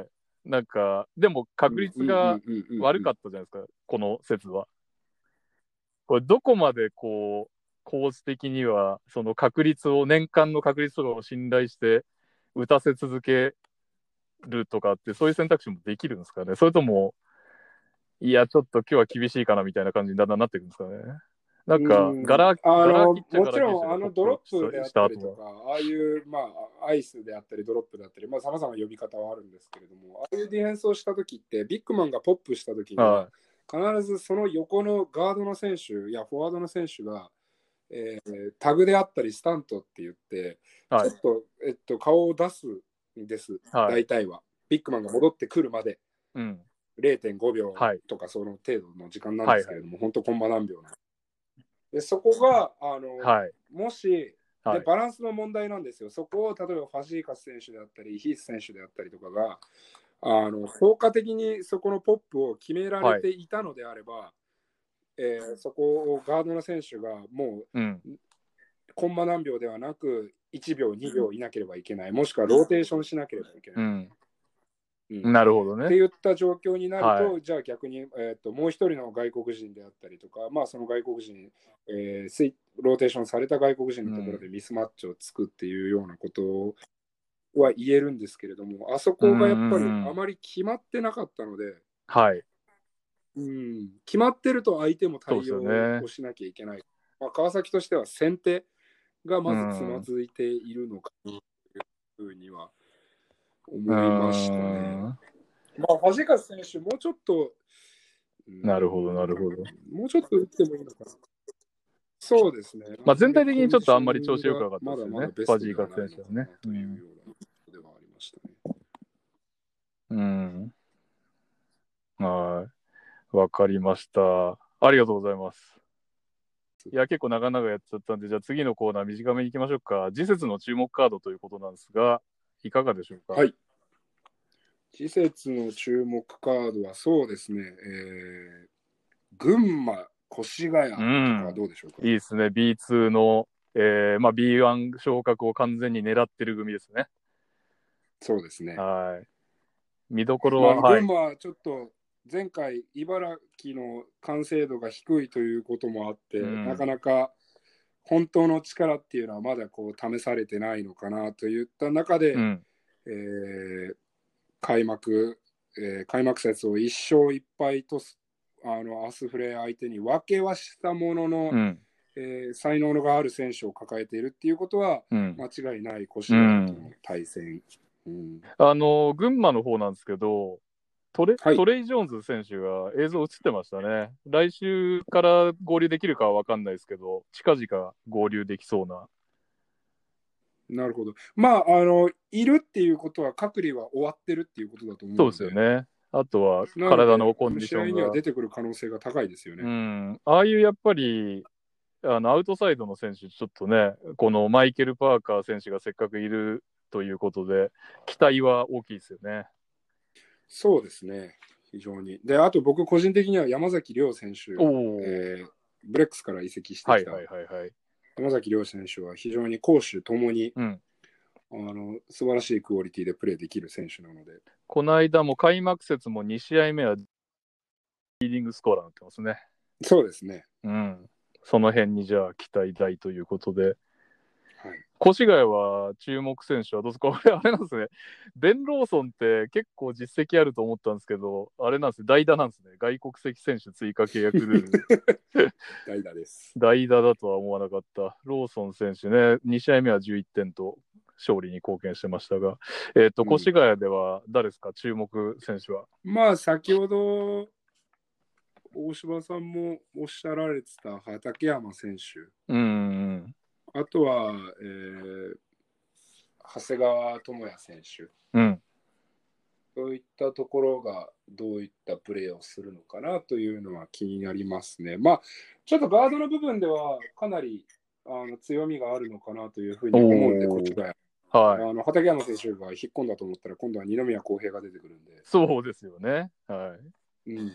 なんか、でも確うんうんうん率がうんうんうん。 悪かったじゃないですか、この説は。これ、どこまでこう、構図的には、その確率を、年間の確率とかを信頼して、打たせ続けるとかって、そういう選択肢もできるんですかね。それとも、いや、ちょっと今日は厳しいかなみたいな感じにだんだんなっていくんですかね。なんうか、ガん、 ラ、ガラ空きあの、 っちゃガラ空きでしもちろん、あの、 たよね、ポッドロップした、 プであっした後は。 たりとか、ああいう、まあ、アイスであったり、ドロップであったり、まあ、様々な呼び方はあるんですけれども、ああいうディフェンスをしたときって、ビッグマンがポップしたときには、 は必ずその横のガードの選手やフォワードの選手が、えータグであったり、スタントって言って、 い。はい。 ちょっと、えっと、顔を出すんです、 はい。 大体は。ビッグマンが戻ってくるまで。 うん。 れいてんごびょうはい。 とかその程度の時間なんではい。はい。 すけれども、本当コンマ何秒なで、そこが、あの、 はい。 もし、で、 はい。 バランスの問題なんですよ。そこを、例えばファジーカス選手であったり、ヒース選手であったりとかが、あの、効果的にそこのポップを決められはい。 ていたのであれば、えーそこをガードの選手がもうん。 う、コンマ何秒ではなく、いちびょう、にびょういなければいけない、もしくはローテーションしなければいけない。 うん。 うん、っなるほどね。 ていった状況になると、 はい。 じゃあ逆に、えー、ともう一人の外国人であったりとか、まあ、その外国人、えースイ、ローテーションされた外国人のところでうん。 ミスマッチをつくっていうようなことは言えるんですけれども、あそうん。 こがやっぱりうん。 あまり決まってなかったので、 はい。 うん、決まってると相手もそうですよ対応ね。 をしなきゃいけない。まあ、川崎としては先手がうまずつまん。 ずいているのかなというふうにはう思いましたね。 ん。 まあ、ファジカス選手、もうちょっと、うなるほど、なん、 るほど。 もうちょっと打ってもいいのかな。そうですね。あまあ、全んまり体的にちょっとあコンディショんまり調ンが子良くなかったまだですよね。 まだベストファジーカスではないの選手はね。 かなといううん。 ようなことではありましたね。 うん。はい。わかりました。ありがとうございます。いや、結構長々やっちゃったんで、じゃあ次のコーナー短めに行きましょうか。次節の注目カードということなんですが、いかがでしょうか。 はい。次節の注目カードはそうですね、えー、群馬、越谷とうかはん。 どうでしょうか。 いいですね。ビーツー の、えーまあ、ビーワン 昇格を完全に狙ってる組ですね。 そうですね。 はい。見どころまあ、あは、 のはい。 群馬はちょっと前回、茨城の完成度が低いということもあって、 うん、 なかなか本当の力っていうのはまだこう試されてないのかなといった中で、 うん、 えー開幕、えー開幕節をいっ勝いっ敗とあのアスフレ相手に分けはしたものの、 うん、 えー才能がある選手を抱えているっていうことはうん。 間違いない越う谷とのん。 対戦。うん、 あの、群馬の方なんですけど、トレ、 はい、 トレイ・ジョーンズ選手が映像映ってましたね。来週から合流できるかは分かんないですけど、近々合流できそうな。 なるほど。まあ、あの、いるっていうことは隔離は終わってるっていうことだと思そうでうので、 すよね。あとはなので、 体のコンディシ試合にはョンが。 出てくる可能性が高いですようね。 ん。ああいうやっぱり、あの、アウトサイドの選手、ちょっとね、このマイケル・パーカー選手がせっかくいるということで、期待は大きいですよね。 そうですね、非常に。で、あと僕個人的には山崎亮選手、 おお。 えーブレックスから移籍してきたはいはいはいはい。 山崎亮選手は非常に攻守ともにうん。 あの素晴らしいクオリティでプレーできる選手なので。 この間も開幕節もに試合目はリーディングスコアラーになってますね。 そうですね。 うん。その辺にじゃあ期待大ということで。 はい。 越谷は注目選手はどうですか。これあれなんですね。ベン・ローソンって結構実績あると思ったんですけど、あれなんですね。代打なんですね。外国籍選手追加契約ルール。 代打です。 代打だとは思わなかった。ローソン選手ね、に試合目はじゅういってんと勝利に貢献してましたが、えっ、と、 うん、 越谷では誰ですか、注目選手は。 まあ先ほど大柴さんもおっしゃられてた畠山選手、 うん。 あとは、えー長谷川智也選手、 うん。 そういったところがどういったプレーをするのかなというのは気になりますね。まあ、ちょっとガードの部分ではかなりあの強みがあるのかなというふうに思うんで、こっちが。はい、あの畠山選手が引っ込んだと思ったら、今度は二宮康平が出てくるんで。 そうですよね。はい。 うん、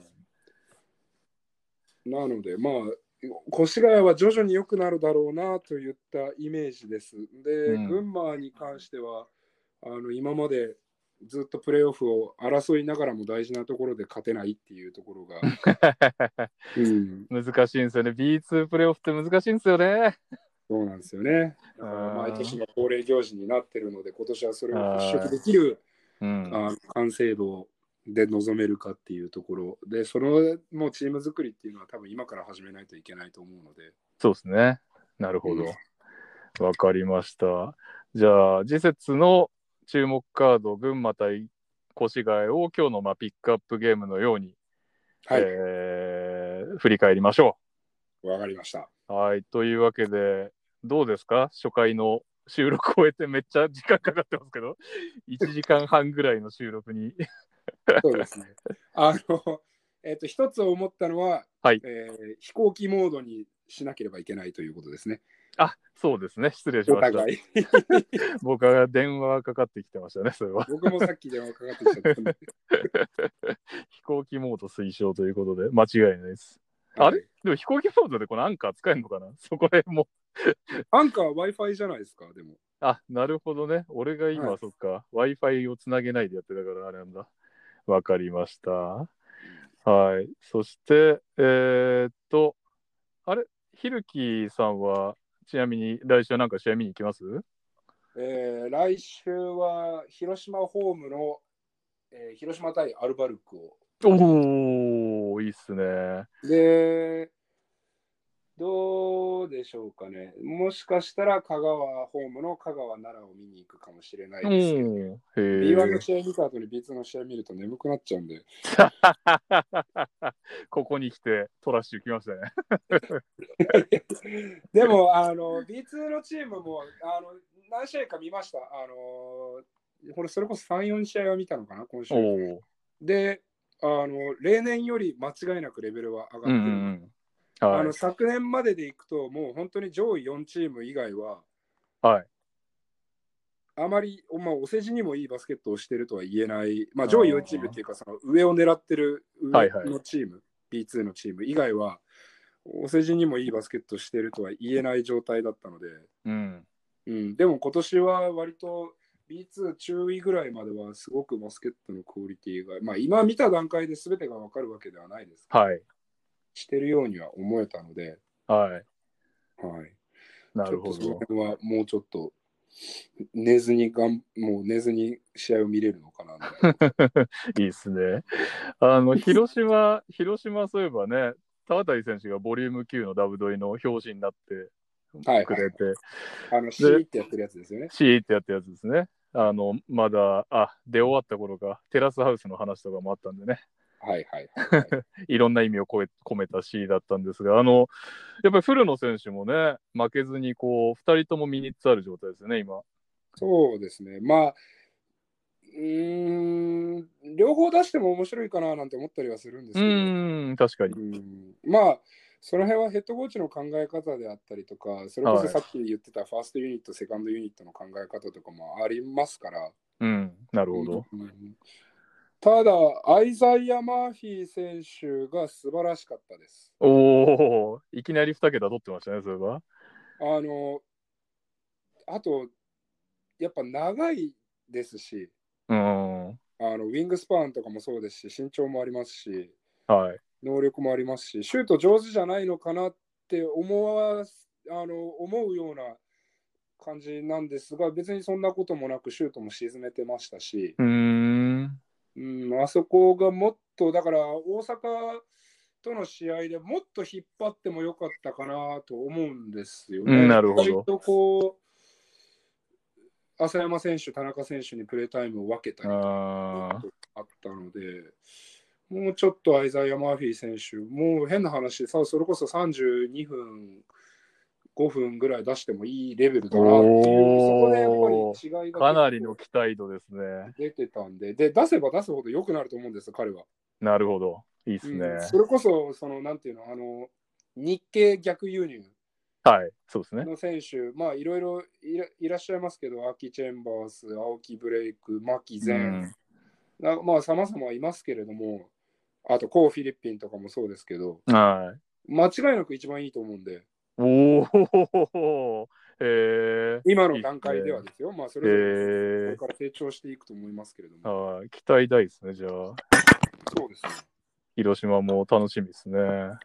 なので、まあ、越谷は徐々に良くなるだろうなといったイメージです。で、うん、群馬に関しては、あの今までずっとプレーオフを争いながらも大事なところで勝てないっていうところが、 うん、難しいんですよね。ビーツー プレーオフって難しいんですよね。 そうなんですよね。だから毎年の恒例行事になってるので、今年はそれを払拭できる、うん、あ完成度で臨めるかっていうところで、そのもうチーム作りっていうのは多分今から始めないといけないと思うので。 そうですね。なるほど。わ、うん、かりました。じゃあ、次節の注目カード、群馬対越谷を今日のまあピックアップゲームのように、はい、えー、振り返りましょう。わかりました。 はい。というわけで、どうですか？初回の収録を終えてめっちゃ時間かかってますけど、いちじかんはんぐらいの収録に。 そうですね。あの、えっと、一つ思ったのは、はい、えー、飛行機モードにしなければいけないということですね。 あ、そうですね。失礼しました。お互い。僕は電話かかってきてましたね、それは。 僕もさっき電話かかってきちゃったんで。 飛行機モード推奨ということで、間違いないです。はい、あれでも飛行機モードでこのアンカー使えるのかな？そこら辺も。 アンカー Wi-Fi じゃないですか、でも。 あ、なるほどね。俺が今、はい、そっか、Wi-Fi をつなげないでやってたからあれなんだ。わかりました。はい。そして、えー、っと、あれ、ひるきさんは、ちなみに来週はなんか試合見に行きます？ えー、来週は広島ホームの、えー、広島対アルバルクを。 おー、いいっすね。 で、どうでしょうかね。もしかしたら香川ホームの香川奈良を見に行くかもしれないですけど、ビーワン の試合見た後に ビーツー の試合見ると眠くなっちゃうんで。 ここに来てトラッシュ来ましたね。でもあの ビーツー のチームもあの何試合か見ました。あのこれそれこそさん、よん試合は見たのかな、今週。で、あの例年より間違いなくレベルは上がってる。うんうん、はい、あの昨年まででいくと、もう本当に上位よんチーム以外は、はい、あまり、まあ、お世辞にもいいバスケットをしてるとは言えない、まあ、上位よんチームっていうか、その上を狙ってる上のチーム、はいはい、ビーツー のチーム以外は、お世辞にもいいバスケットをしてるとは言えない状態だったので、うんうん、でも今年は割と ビーツー 中位ぐらいまではすごくバスケットのクオリティが、まあ、今見た段階で全てが分かるわけではないですけど、はい、してるようには思えたので、はいはい、なるほど。ちょっとその辺はもうちょっと寝ずにがんもう寝ずに試合を見れるのかなみたいな。 いいですね。あの広島広島そういえばね、田渡選手がボリュームきゅうのダブドリの表紙になってくれて、はいはい、あの C ってやってるやつですよね。 C ってやってるやつですね。あのまだあ出終わった頃がテラスハウスの話とかもあったんでね。 はいはいはい、はい、 いろんな意味を込めた C だったんですが、あのやっぱり古野選手もね負けずにこうふたりともミニッツある状態ですよね今。 そうですね。まあうーん両方出しても面白いかななんて思ったりはするんですけど、 うん確かに。 うんまあその辺はヘッドコーチの考え方であったりとか、それこそさっき言ってたファーストユニット、セカンドユニットの考え方とかもありますから。 うん、なるほど。 うん、ただ、アイザイア・マーフィー選手が素晴らしかったです。 おお、いきなりに桁取ってましたね、それは。 あの、あと、やっぱ長いですし、うん、あのウィングスパンとかもそうですし、身長もありますし、はい、能力もありますし、シュート上手じゃないのかなって思わあの思うような感じなんですが、別にそんなこともなくシュートも沈めてましたし、うーん、うん、あそこがもっと、だから大阪との試合でもっと引っ張ってもよかったかなと思うんですよね。 うん、なるほど。 割とこう浅山選手、田中選手にプレータイムを分けたりとかあったので、もうちょっとアイザイア・マーフィー選手、もう変な話、さそれこそさんじゅうにふん、ごふんぐらい出してもいいレベルだなっていう、そこでやっぱり違いがかなりの期待度ですね。 出てたんで、で、出せば出すほど良くなると思うんですよ、彼は。 なるほど。いいですね。うん、 それこそ、その、なんていうの、あの、日系逆輸入はい、そうですね。 の選手、まあいろいろいらっしゃいますけど、アキ・チェンバース、青木ブレイク、マキゼン、うん、まあ様々いますけれども、あとコー・フィリピンとかもそうですけど、 はい、 間違いなく一番いいと思うんで。 おお、えー、 今の段階ではですよ。まあそれぞれこれから成長していくと思いますけれども。 あ、期待大ですね、じゃあ。 そうですね。 広島も楽しみですね。 はい。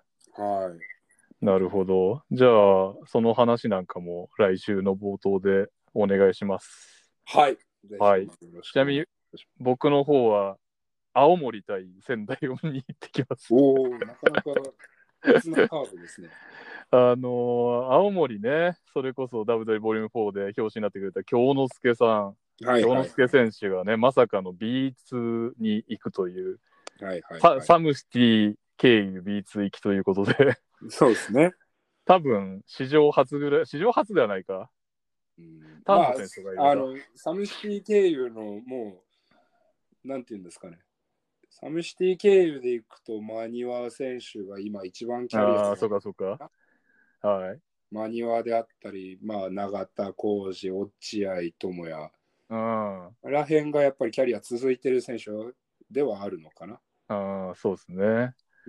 なるほど。じゃあ、その話なんかも来週の冒頭でお願いします。 はい。 はい。ちなみに、僕の方は、青森対仙台を見に行ってきます。 おお、なかなか別なカードですね。 あのー、青森ね、それこそ ダブリューダブリュー ボリュームフォーで表紙になってくれた京之助さん、はいはい、京之助選手がね、まさかの ビーツー に行くという、はいはいはい、サムシティ経由 ビーツー 行きということでそうですね。 多分、史上初ぐらい、史上初ではないか。 うん、丹野選手がいる、まあ、あのサムシティ経由のもう、なんていうんですかね。サムシティ経由で行くと、マニワ選手が今一番キャリアが。 ああ、そうかそうか。はい。 マニワであったり、まあ、永田浩二、落合智也。うん。あら辺がやっぱりキャリア続いてる選手ではあるのかな。 ああ、そうですね。うん。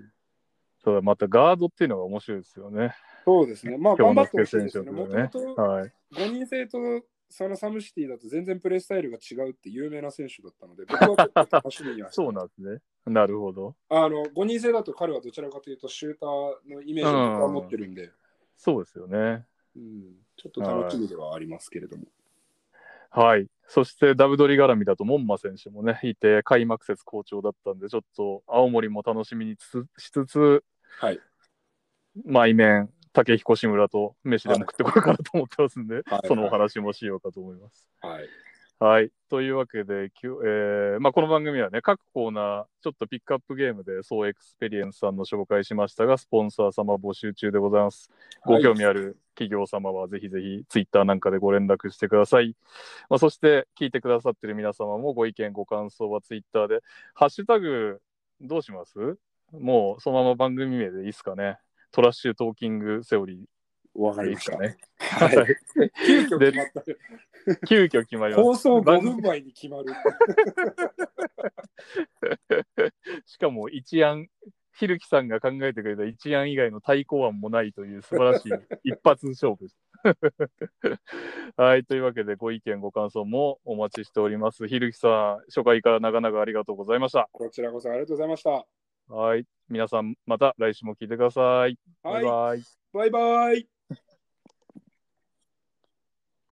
そうだ、またガードっていうのが面白いですよね。 そうですね。まあ、頑張ってほしいですよね。もともとはい、 ごにん制とそのサムシティだと全然プレースタイルが違うって有名な選手だったので、僕は結構楽しみにはしてそうなんですね。なるほど。 あのごにん制だと彼はどちらかというとシューターのイメージを僕は持ってるんで、うん、 そうですよね、 うん。ちょっと楽しみではありますけれども。 はい。そしてダブドリ絡みだと門馬選手もねいて開幕節好調だったんで、ちょっと青森も楽しみにつしつつ、はい、毎面竹彦志村と飯でも食ってこようかなと思ってますんで、はい、そのお話もしようかと思います。はい、はい、というわけで、えーまあ、この番組はね各コーナーちょっとピックアップゲームでソーエクスペリエンスさんの紹介しましたが、スポンサー様募集中でございます。ご興味ある企業様はぜひぜひツイッターなんかでご連絡してください。まあ、そして聞いてくださってる皆様もご意見ご感想はツイッターでハッシュタグどうします？もうそのまま番組名でいいですかね。トラッシュトーキングセオリー。 わかりましたね。はい。急遽決まった。急遽決まりました。 放送ごふんまえに決まる。 しかも一案、ひるきさんが考えてくれた一案以外の対抗案もないという素晴らしい一発勝負です。はい、というわけでご意見ご感想もお待ちしております。ひるきさん、初回から長々ありがとうございました。 こちらこそありがとうございました。 はい、皆さんまた来週も聞いてください。 はい、バイバイ。バイバイ。